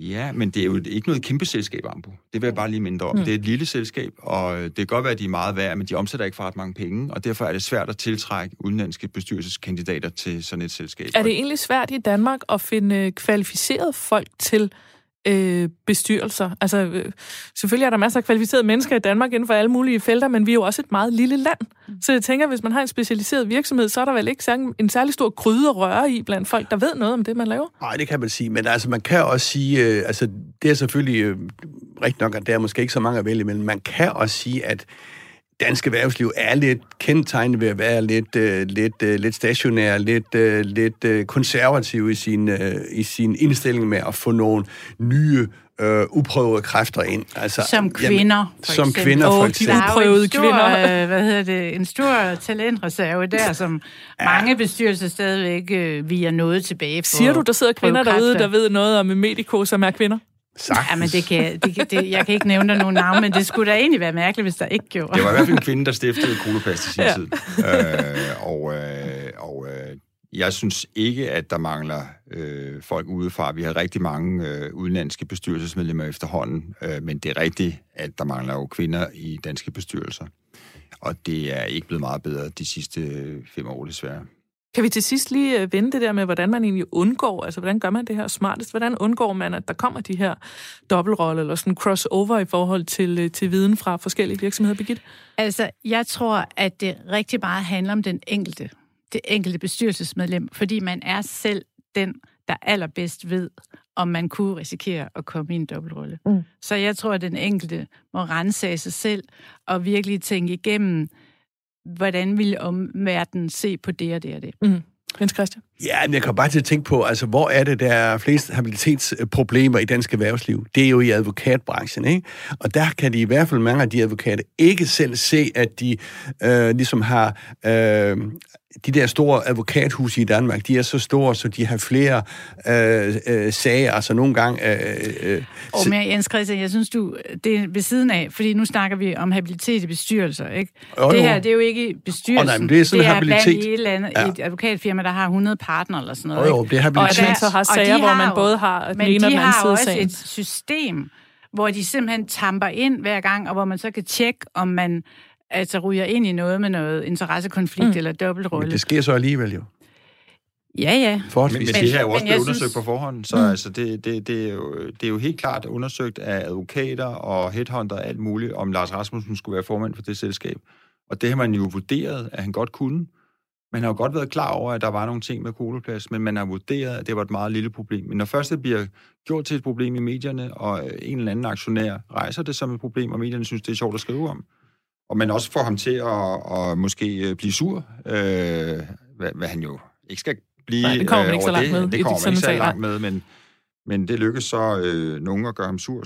Ja, men det er jo ikke noget kæmpe selskab, Ambo. Det vil jeg bare lige minde om. Det er et lille selskab, og det kan godt være, at de er meget værd, men de omsætter ikke for ret mange penge, og derfor er det svært at tiltrække udenlandske bestyrelseskandidater til sådan et selskab. Er det egentlig svært i Danmark at finde kvalificerede folk til bestyrelser? Altså, selvfølgelig er der masser af kvalificerede mennesker i Danmark inden for alle mulige felter, men vi er jo også et meget lille land. Så jeg tænker, hvis man har en specialiseret virksomhed, så er der vel ikke en særlig stor gryde at røre i blandt folk, der ved noget om det, man laver? Nej, det kan man sige. Men altså, man kan også sige, altså, det er selvfølgelig rigtigt nok, at der er måske ikke så mange at vælge, men man kan også sige, at dansk erhvervsliv er lidt kendetegnet ved at være lidt stationær, lidt konservativ i sin indstilling med at få nogle nye uprøvede kræfter ind. Altså, som kvinder, for eksempel. De uprøvede kvinder. En stor talentreserve der, som mange bestyrelser stadigvæk vi er nået tilbage for. Siger du, der sidder kvinder derude, der ved noget om Medico, som er kvinder? Ja, men jeg kan ikke nævne der nogen navn, men det skulle da egentlig være mærkeligt, hvis der ikke gjorde. Det var i hvert fald en kvinde, der stiftede Coloplast i sin tid. Jeg synes ikke, at der mangler folk udefra. Vi har rigtig mange udenlandske bestyrelsesmedlemmer efterhånden, men det er rigtigt, at der mangler jo kvinder i danske bestyrelser. Og det er ikke blevet meget bedre de sidste 5 år, desværre. Kan vi til sidst lige vende det der med, hvordan man egentlig undgår, altså hvordan gør man det her smartest? Hvordan undgår man, at der kommer de her dobbeltroller eller sådan crossover i forhold til viden fra forskellige virksomheder, Birgitte? Altså, jeg tror, at det rigtig meget handler om det enkelte bestyrelsesmedlem, fordi man er selv den, der allerbedst ved, om man kunne risikere at komme i en dobbeltrolle. Så jeg tror, at den enkelte må ransage sig selv og virkelig tænke igennem, hvordan ville omverdenen se på det og det og det. Jens Christian? Ja, men jeg kan bare til at tænke på, altså, hvor er det, der er flest habilitetsproblemer i dansk erhvervsliv? Det er jo i advokatbranchen, ikke? Og der kan de i hvert fald mange af de advokater ikke selv se, at de ligesom har de der store advokathuse i Danmark, de er så store, så de har flere sager, altså nogle gange... Men Jens Christian, jeg synes, det er ved siden af, fordi nu snakker vi om habilitet i bestyrelser, ikke? Det her, det er jo ikke bestyrelsen. Nej, men det er sådan habilitet. Det er blandt et eller andet, et advokatfirma, der har 100 partner eller sådan noget. Det er habilitet. Og at man så har sager, hvor man både har den ene og den anden side af sagen. Men de har også et system, hvor de simpelthen tamper ind hver gang, og hvor man så kan tjekke, om man altså ryger ind i noget med noget interessekonflikt eller dobbeltrolle. Men det sker så alligevel jo. Ja. Men det her er jo også blevet undersøgt på forhånd, så altså det er jo helt klart undersøgt af advokater og headhunter og alt muligt, om Lars Rasmussen skulle være formand for det selskab. Og det har man jo vurderet, at han godt kunne. Man har jo godt været klar over, at der var nogle ting med Coloplast, men man har vurderet, at det var et meget lille problem. Men når først det bliver gjort til et problem i medierne, og en eller anden aktionær rejser det som et problem, og medierne synes, det er sjovt at skrive om, og man også får ham til at måske blive sur, hvad han jo ikke skal blive. Nej, det kommer man ikke så langt med. Det kommer man ikke så langt med, men det lykkes så nogen at gøre ham sur.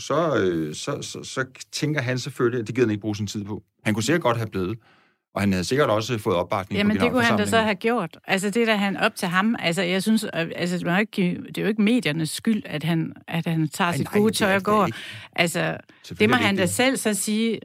Så tænker han selvfølgelig, at det gider han ikke bruge sin tid på. Han kunne sikkert godt have blevet, og han havde sikkert også fået opbakning. Jamen, det kunne han da så have gjort. Altså, det er da han op til ham. Altså, jeg synes, altså, det er jo ikke mediernes skyld, at han tager sit gode tøj og går. Altså, det må han da selv så sige.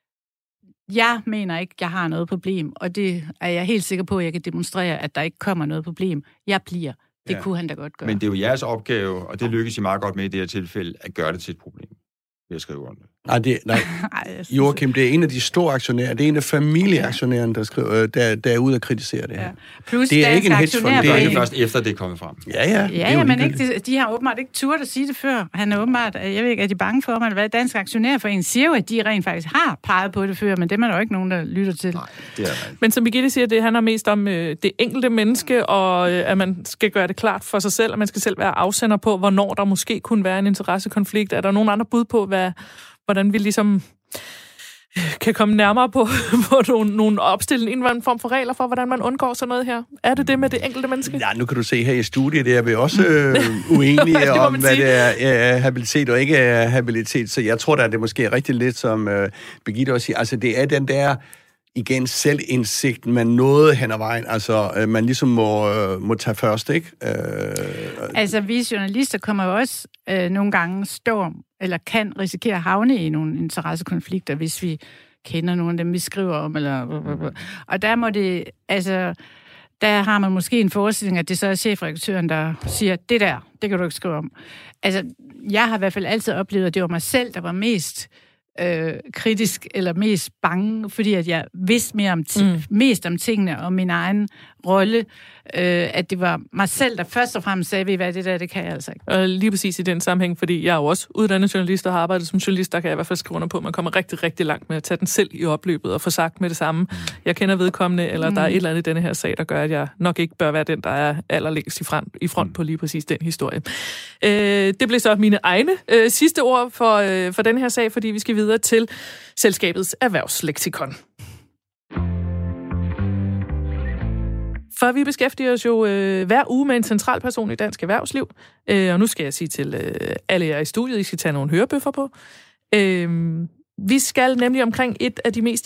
Jeg mener ikke, jeg har noget problem, og det er jeg helt sikker på, at jeg kan demonstrere, at der ikke kommer noget problem. Jeg bliver. Det kunne han da godt gøre. Men det er jo jeres opgave, og det lykkes I meget godt med i det her tilfælde, at gøre det til et problem. Jeg skriver om det. Nej. Joachim, det er en af de store aktionærer. Det er en af familieaktionærerne, der er ude at kritisere det her. Ja. Plus det er ikke en hedgefond. Det er ikke først efter, det er kommet frem. Ja, men ikke, de har åbenbart ikke turt at sige det før. Han er åbenbart, jeg ved ikke, er de bange for, at hvad Dansk Aktionærforening siger jo, at de rent faktisk har peget på det før, men det er der jo ikke nogen, der lytter til. Nej, det er det. Men som Birgitte siger, det handler mest om det enkelte menneske, og at man skal gøre det klart for sig selv, og man skal selv være afsender på, hvornår der måske kunne være en interessekonflikt. Er der nogen andre bud på, hvordan vi ligesom kan komme nærmere på nogle opstilling, en form for regler for, hvordan man undgår sådan noget her? Er det med det enkelte menneske? Ja, nu kan du se her i studiet, der er vi også uenige om, hvad det er habilitet og ikke er habilitet. Så jeg tror, at det måske er rigtig lidt, som Birgitte også siger. Altså, det er den der igen selvindsigt, man nåede hen ad vejen. Altså, man ligesom må tage først, ikke? Altså, vi journalister kommer jo også nogle gange eller kan risikere at havne i nogle interessekonflikter, hvis vi kender nogle af dem, vi skriver om. Og der må det, altså, der har man måske en forestilling, at det så er chefredaktøren, der siger, det kan du ikke skrive om. Altså, jeg har i hvert fald altid oplevet, at det var mig selv, der var mest kritisk eller mest bange, fordi at jeg vidste mest om tingene og min egen rolle, at det var mig selv, der først og fremmest sagde, hvad det der, det kan jeg altså ikke. Og lige præcis i den sammenhæng, fordi jeg er jo også uddannet journalist og har arbejdet som journalist, der kan jeg i hvert fald skrive under på, at man kommer rigtig, rigtig langt med at tage den selv i opløbet og få sagt med det samme. Jeg kender vedkommende, eller der er et eller andet i denne her sag, der gør, at jeg nok ikke bør være den, der er allerlængst i front på lige præcis den historie. Det blev så mine egne sidste ord for den her sag, fordi vi skal videre til selskabets erhvervsleksikon. For vi beskæftiger os jo hver uge med en central person i dansk erhvervsliv. Og nu skal jeg sige til alle jer i studiet, I skal tage nogle hørebøffer på. Vi skal nemlig omkring en af de mest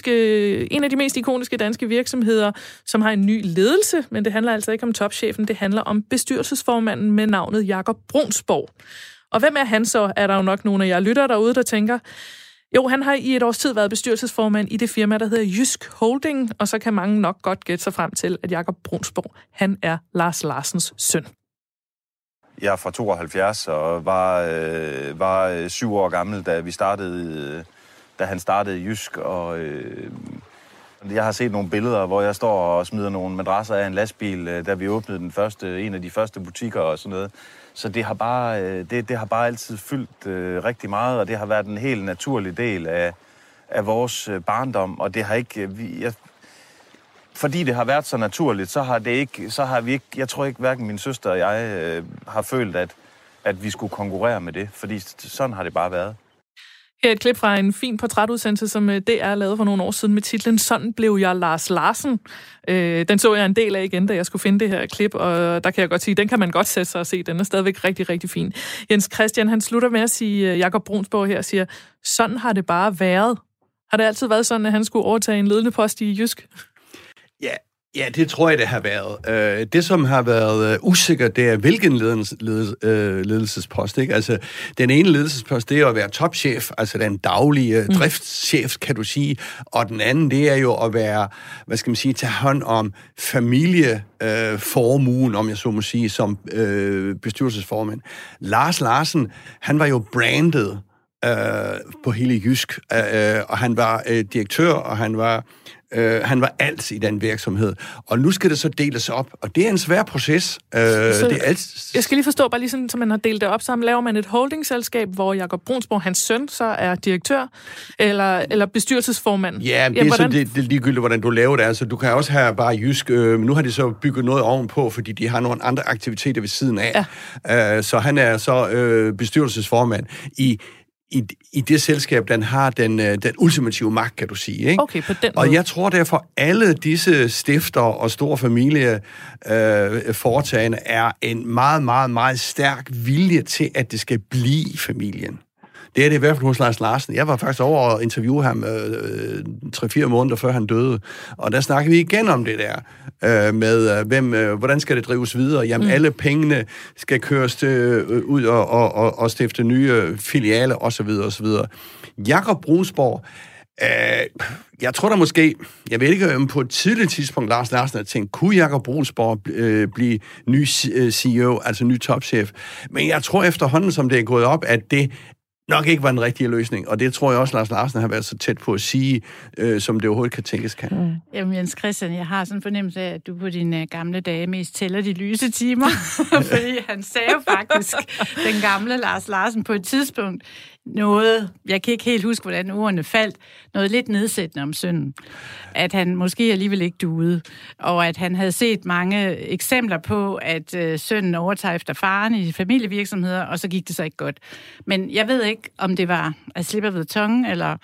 ikoniske danske virksomheder, som har en ny ledelse, men det handler altså ikke om topchefen, det handler om bestyrelsesformanden med navnet Jakob Brunsborg. Og hvem er han så? Er der jo nok nogle af jer lyttere derude, der tænker... Jo, han har i et års tid været bestyrelsesformand i det firma, der hedder Jysk Holding, og så kan mange nok godt gætte sig frem til, at Jakob Brunsborg, han er Lars Larsens søn. Jeg er fra 72 og var 7 år gammel, da han startede i Jysk, og jeg har set nogle billeder, hvor jeg står og smider nogle madrasser af en lastbil, da vi åbnede en af de første butikker og sådan noget. Så det har bare altid fyldt rigtig meget, og det har været en helt naturlig del af vores barndom, og det har ikke... Fordi det har været så naturligt, så har vi ikke... Jeg tror ikke, hverken min søster og jeg har følt, at vi skulle konkurrere med det, fordi sådan har det bare været. Her er et klip fra en fin portrætudsendelse, som DR lavede for nogle år siden med titlen Sådan blev jeg Lars Larsen. Den så jeg en del af igen, da jeg skulle finde det her klip, og der kan jeg godt sige, den kan man godt sætte sig og se. Den er stadigvæk rigtig, rigtig fin. Jens Christian, han slutter med at sige, Jakob Brunsborg her siger, sådan har det bare været. Har det altid været sådan, at han skulle overtage en ledende post i Jysk? Ja, det tror jeg, det har været. Det, som har været usikkert, det er, hvilken ledelsespost. Ikke? Altså, den ene ledelsespost, det er at være topchef, altså den daglige driftschef, kan du sige. Og den anden, det er jo at være, tage hånd om familieformuen, om jeg så må sige, som bestyrelsesformand. Lars Larsen, han var jo brandet på hele Jysk, og han var direktør, og han var alt i den virksomhed. Og nu skal det så deles op, og det er en svær proces. Jeg skal lige forstå, bare lige sådan, så man har delt det op, så laver man et holdingselskab, hvor Jakob Brunsborg, hans søn, så er direktør, eller bestyrelsesformand. Ja, det er sådan, det er ligegyldigt, hvordan du laver det. Altså, du kan også have bare Jysk, men nu har de så bygget noget ovenpå, fordi de har nogle andre aktiviteter ved siden af. Ja. Så han er så bestyrelsesformand i det selskab, den har den ultimative magt, kan du sige. Ikke? Okay, på den måde. Og jeg tror derfor, alle disse stifter og store familieforetagende er en meget, meget, meget stærk vilje til, at det skal blive i familien. Det er det i hvert fald hos Lars Larsen. Jeg var faktisk over og interviewe ham 3-4 måneder før han døde. Og der snakkede vi igen om det der med, hvordan skal det drives videre? Jamen, alle pengene skal køres ud og stifte nye filialer osv. osv. Jakob Brunsborg, jeg tror der måske, jeg ved ikke, om på et tidligt tidspunkt Lars Larsen har tænkt, kunne Jakob Brunsborg blive ny CEO, altså ny topchef? Men jeg tror efterhånden, som det er gået op, at det nok ikke var en rigtig løsning, og det tror jeg også, Lars Larsen har været så tæt på at sige, som det overhovedet kan tænkes kan. Jamen Jens Christian, jeg har sådan en fornemmelse af, at du på dine gamle dage mest tæller de lyse timer, fordi han sagde jo faktisk, den gamle Lars Larsen på et tidspunkt, noget, jeg kan ikke helt huske, hvordan ordene faldt, noget lidt nedsættende om sønnen. At han måske alligevel ikke duede, og at han havde set mange eksempler på, at sønnen overtager efter faren i familievirksomheder, og så gik det så ikke godt. Men jeg ved ikke, om det var at slippe ved tongen, eller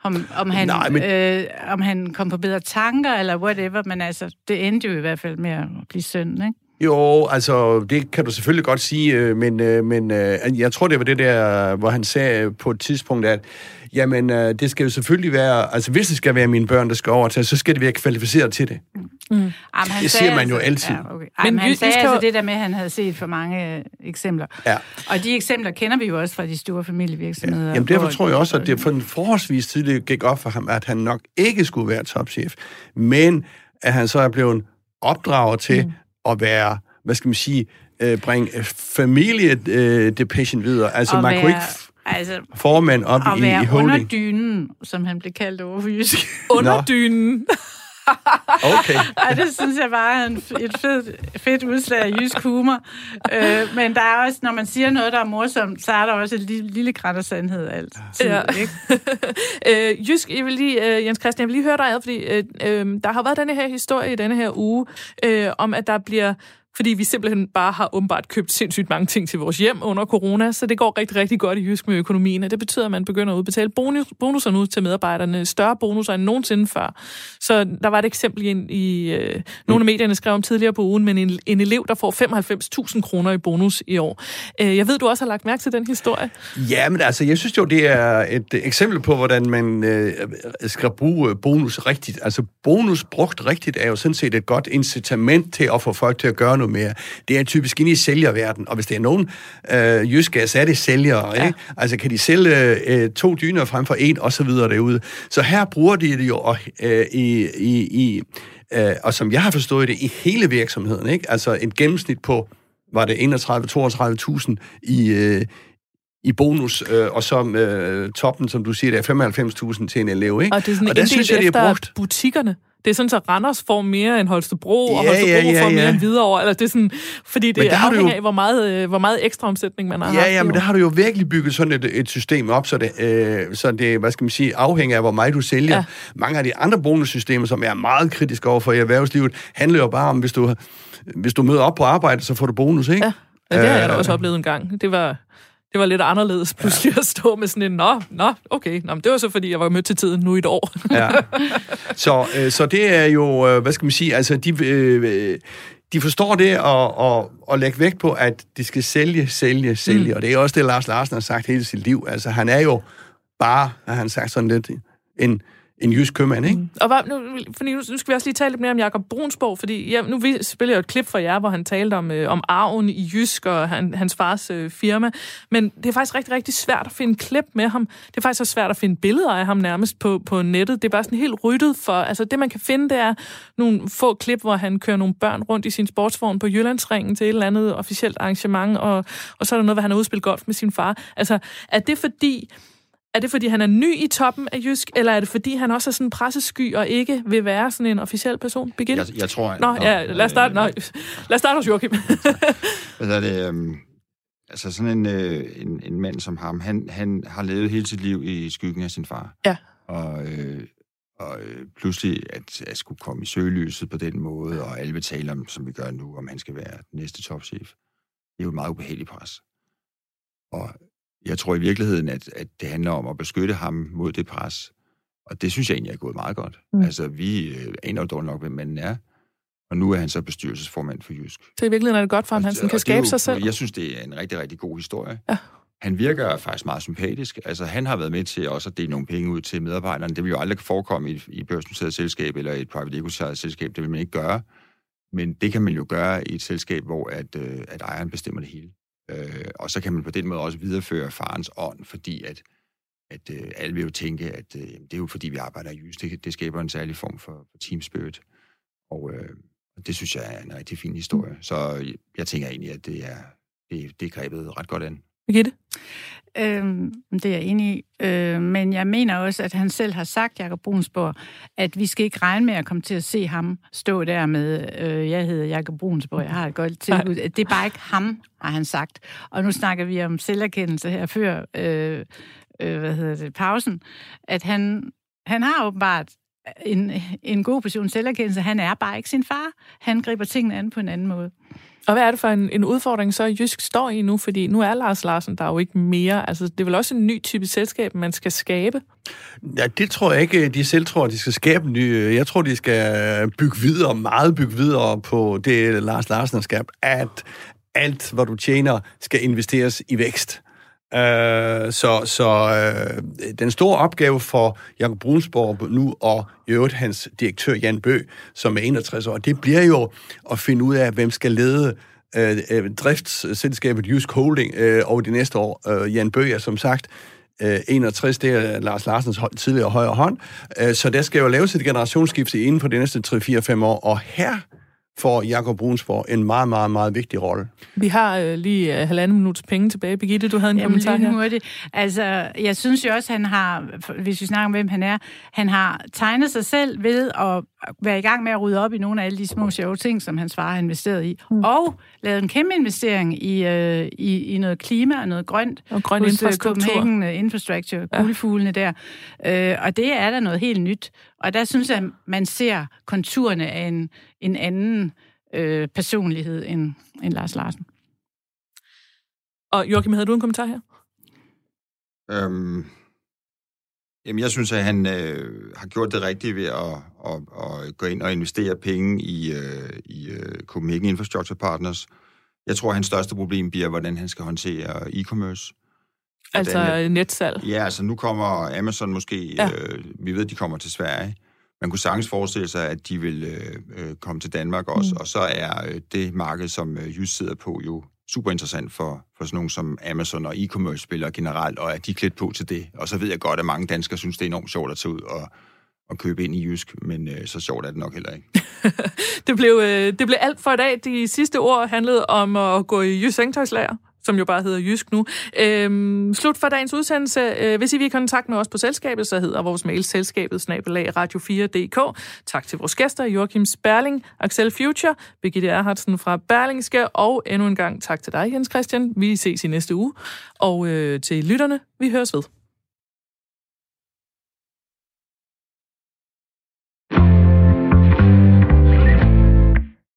om han kom på bedre tanker, eller whatever, men altså, det endte jo i hvert fald med at blive sønnen, ikke? Jo, altså, det kan du selvfølgelig godt sige, men jeg tror, det var det der, hvor han sagde på et tidspunkt, at jamen, det skal jo selvfølgelig være, altså hvis det skal være mine børn, der skal overtage, så skal det være kvalificeret til det. Det siger man jo altid. Ja, okay. Men han sagde altså det der med, at han havde set for mange eksempler. Ja. Og de eksempler kender vi jo også fra de store familievirksomheder. Ja. Jamen derfor tror jeg også, at det for forholdsvis tidligt gik op for ham, at han nok ikke skulle være topchef, men at han så er blevet opdraget til at være hvad skal man sige, bringe familiedepression videre. Altså, man kunne ikke formand op i holding. At være under dynen, som han blev kaldt over for Jysk. Under dynen. Okay. Ej, det synes jeg bare er et fedt udslag af jysk humor. Men der er også, når man siger noget, der er morsomt, så er der også et lille græt af sandhed alt. Ja. Jysk, Jens Christian, jeg vil lige høre dig ad, fordi der har været denne her historie i denne her uge, om at der bliver... Fordi vi simpelthen bare har åbenbart købt sindssygt mange ting til vores hjem under corona, så det går rigtig, rigtig godt i Jysk med økonomien, og det betyder, at man begynder at udbetale bonusser nu til medarbejderne, større bonusser end nogensinde før. Så der var et eksempel i nogle af medierne skrev om tidligere på ugen, men en elev, der får 95.000 kroner i bonus i år. Jeg ved, du også har lagt mærke til den historie. Ja, men altså, jeg synes jo, det er et eksempel på, hvordan man skal bruge bonus rigtigt. Altså, bonus brugt rigtigt er jo sådan set et godt incitament til at få folk til at gøre noget mere. Det er typisk inde i sælgerverden, og hvis det er nogen jyske, så er det sælgere, ikke? Altså kan de sælge 2 dyner frem for 1, og så videre derude. Så her bruger de det jo og som jeg har forstået det, i hele virksomheden, ikke? Altså et gennemsnit på, var det 31-32.000 i bonus, og som toppen, som du siger, det er 95.000 til en elev, ikke? Og det er sådan en del efter butikkerne. Det er sådan, så Randers får mere end Holstebro, og Holstebro får mere end Hvidovre. Eller det er sådan, fordi det afhænger af, hvor meget ekstra omsætning man har haft. Ja, men der har du jo virkelig bygget sådan et system op, så det, hvad skal man sige, afhænger af, hvor meget du sælger. Ja. Mange af de andre bonussystemer, som er meget kritiske over for i erhvervslivet, handler jo bare om, hvis du møder op på arbejde, så får du bonus, ikke? Ja, det har jeg da også oplevet en gang. Det var lidt anderledes pludselig at stå med sådan en, okay. Men det var så, fordi jeg var mødt til tiden nu i et år. Ja. Så det er jo, hvad skal man sige, altså de forstår det og lægge vægt på, at de skal sælge. Og det er også det, Lars Larsen har sagt hele sit liv. Altså han er jo bare, har han sagt sådan lidt, en jysk købmand, ikke? Og nu skal vi også lige tale lidt mere om Jakob Brunsborg, fordi nu spiller jeg et klip for jer, hvor han talte om arven i Jysk og hans fars firma, men det er faktisk rigtig, rigtig svært at finde klip med ham. Det er faktisk også svært at finde billeder af ham nærmest på nettet. Det er bare sådan helt ryddet for, altså det man kan finde, det er nogle få klip, hvor han kører nogle børn rundt i sin sportsvogn på Jyllandsringen til et eller andet officielt arrangement, og så er der noget, hvor han har udspillet golf med sin far. Altså, er det fordi han er ny i toppen af Jysk, eller er det fordi han også er sådan pressesky og ikke vil være sådan en officiel person? Birgitte? Jeg tror... Lad os starte hos Joachim. Hvad er det? Altså sådan en mand som ham, han har levet hele sit liv i skyggen af sin far. Ja. Og pludselig at skulle komme i søgelyset på den måde, og alle vil tale om, som vi gør nu, om han skal være den næste topchef. Det er jo et meget ubehageligt pres. Og jeg tror i virkeligheden, at det handler om at beskytte ham mod det pres. Og det synes jeg egentlig er gået meget godt. Altså, vi aner jo dog nok, hvem manden er. Og nu er han så bestyrelsesformand for Jysk. Så i virkeligheden er det godt for ham, han kan skabe sig selv? Jeg synes, det er en rigtig, rigtig god historie. Ja. Han virker faktisk meget sympatisk. Altså, han har været med til også at dele nogle penge ud til medarbejderne. Det vil jo aldrig forekomme i et børsnoteret selskab eller et private equity selskab. Det vil man ikke gøre. Men det kan man jo gøre i et selskab, hvor at ejeren bestemmer det hele. Og så kan man på den måde også videreføre farens ånd, fordi at alle vil jo tænke, at det er jo fordi, vi arbejder i Jysk. Det skaber en særlig form for team spirit. Og det synes jeg er en rigtig fin historie. Så jeg tænker egentlig, at det er grebet ret godt an. Birgitte? Det er jeg enig i. Men jeg mener også, at han selv har sagt, Jakob Brunsborg, at vi skal ikke regne med at komme til at se ham stå der med, jeg hedder Jakob Brunsborg, jeg har et godt tilbud. Det er bare ikke ham, har han sagt. Og nu snakker vi om selverkendelse her før pausen, at han har åbenbart en god portion selverkendelse. Han er bare ikke sin far. Han griber tingene an på en anden måde. Og hvad er det for en udfordring, så Jysk står i nu? Fordi nu er Lars Larsen der er jo ikke mere. Altså, det er vel også en ny type selskab, man skal skabe? Ja, det tror jeg ikke, de selv tror, de skal skabe en ny. Jeg tror, de skal bygge videre på det, Lars Larsen har skabt. At alt, hvad du tjener, skal investeres i vækst. Den store opgave for Jakob Brunsborg nu, og i øvrigt hans direktør Jan Bø, som er 61 år, det bliver jo at finde ud af, hvem skal lede driftsselskabet Jysk Holding over de næste år. Jan Bø er som sagt 61, det er Lars Larsens tidligere højre hånd. Så der skal jo laves et generationsskifte inden for de næste 3-4-5 år, og her får Jakob Brunsborg en meget, meget, meget vigtig rolle. Vi har lige 1,5 minuts penge tilbage. Birgitte, du havde en kommentar her. Hurtigt. Altså, jeg synes jo også, han har, hvis vi snakker om, hvem han er, han har tegnet sig selv ved at være i gang med at rydde op i nogle af alle de små sjove ting, som hans far har investeret i, og lavet en kæmpe investering i noget klima og noget grønt. Og grøn infrastruktur. Copenhagen Infrastructure, guldefuglene der. Og det er da noget helt nyt. Og der synes jeg, man ser konturerne af en anden personlighed end Lars Larsen. Og Joachim, havde du en kommentar her? Jamen, jeg synes, at han har gjort det rigtige ved at gå ind og investere penge i Copenhagen Infrastructure Partners. Jeg tror, at hans største problem bliver, hvordan han skal håndtere e-commerce. Altså netsalg? Ja, altså nu kommer Amazon måske, vi ved, de kommer til Sverige. Man kunne sagtens forestille sig, at de vil komme til Danmark også, og så er det marked, som Jysk sidder på, jo super interessant for sådan nogle som Amazon og e-commerce-spillere generelt, og er de klædt på til det. Og så ved jeg godt, at mange danskere synes, det er enormt sjovt at tage ud og købe ind i Jysk, men så sjovt er det nok heller ikke. Det blev alt for i dag. De sidste ord handlede om at gå i Jysk Sengetøjslager, som jo bare hedder Jysk nu. Slut for dagens udsendelse. Hvis I vil i kontakt med os på selskabet, så hedder vores mail selskabet@radio4.dk. Tak til vores gæster, Joachim Sperling, Axel Future, Birgitte Erhardsen fra Berlingske, og endnu en gang tak til dig, Jens Christian. Vi ses i næste uge. Og til lytterne, vi høres ved.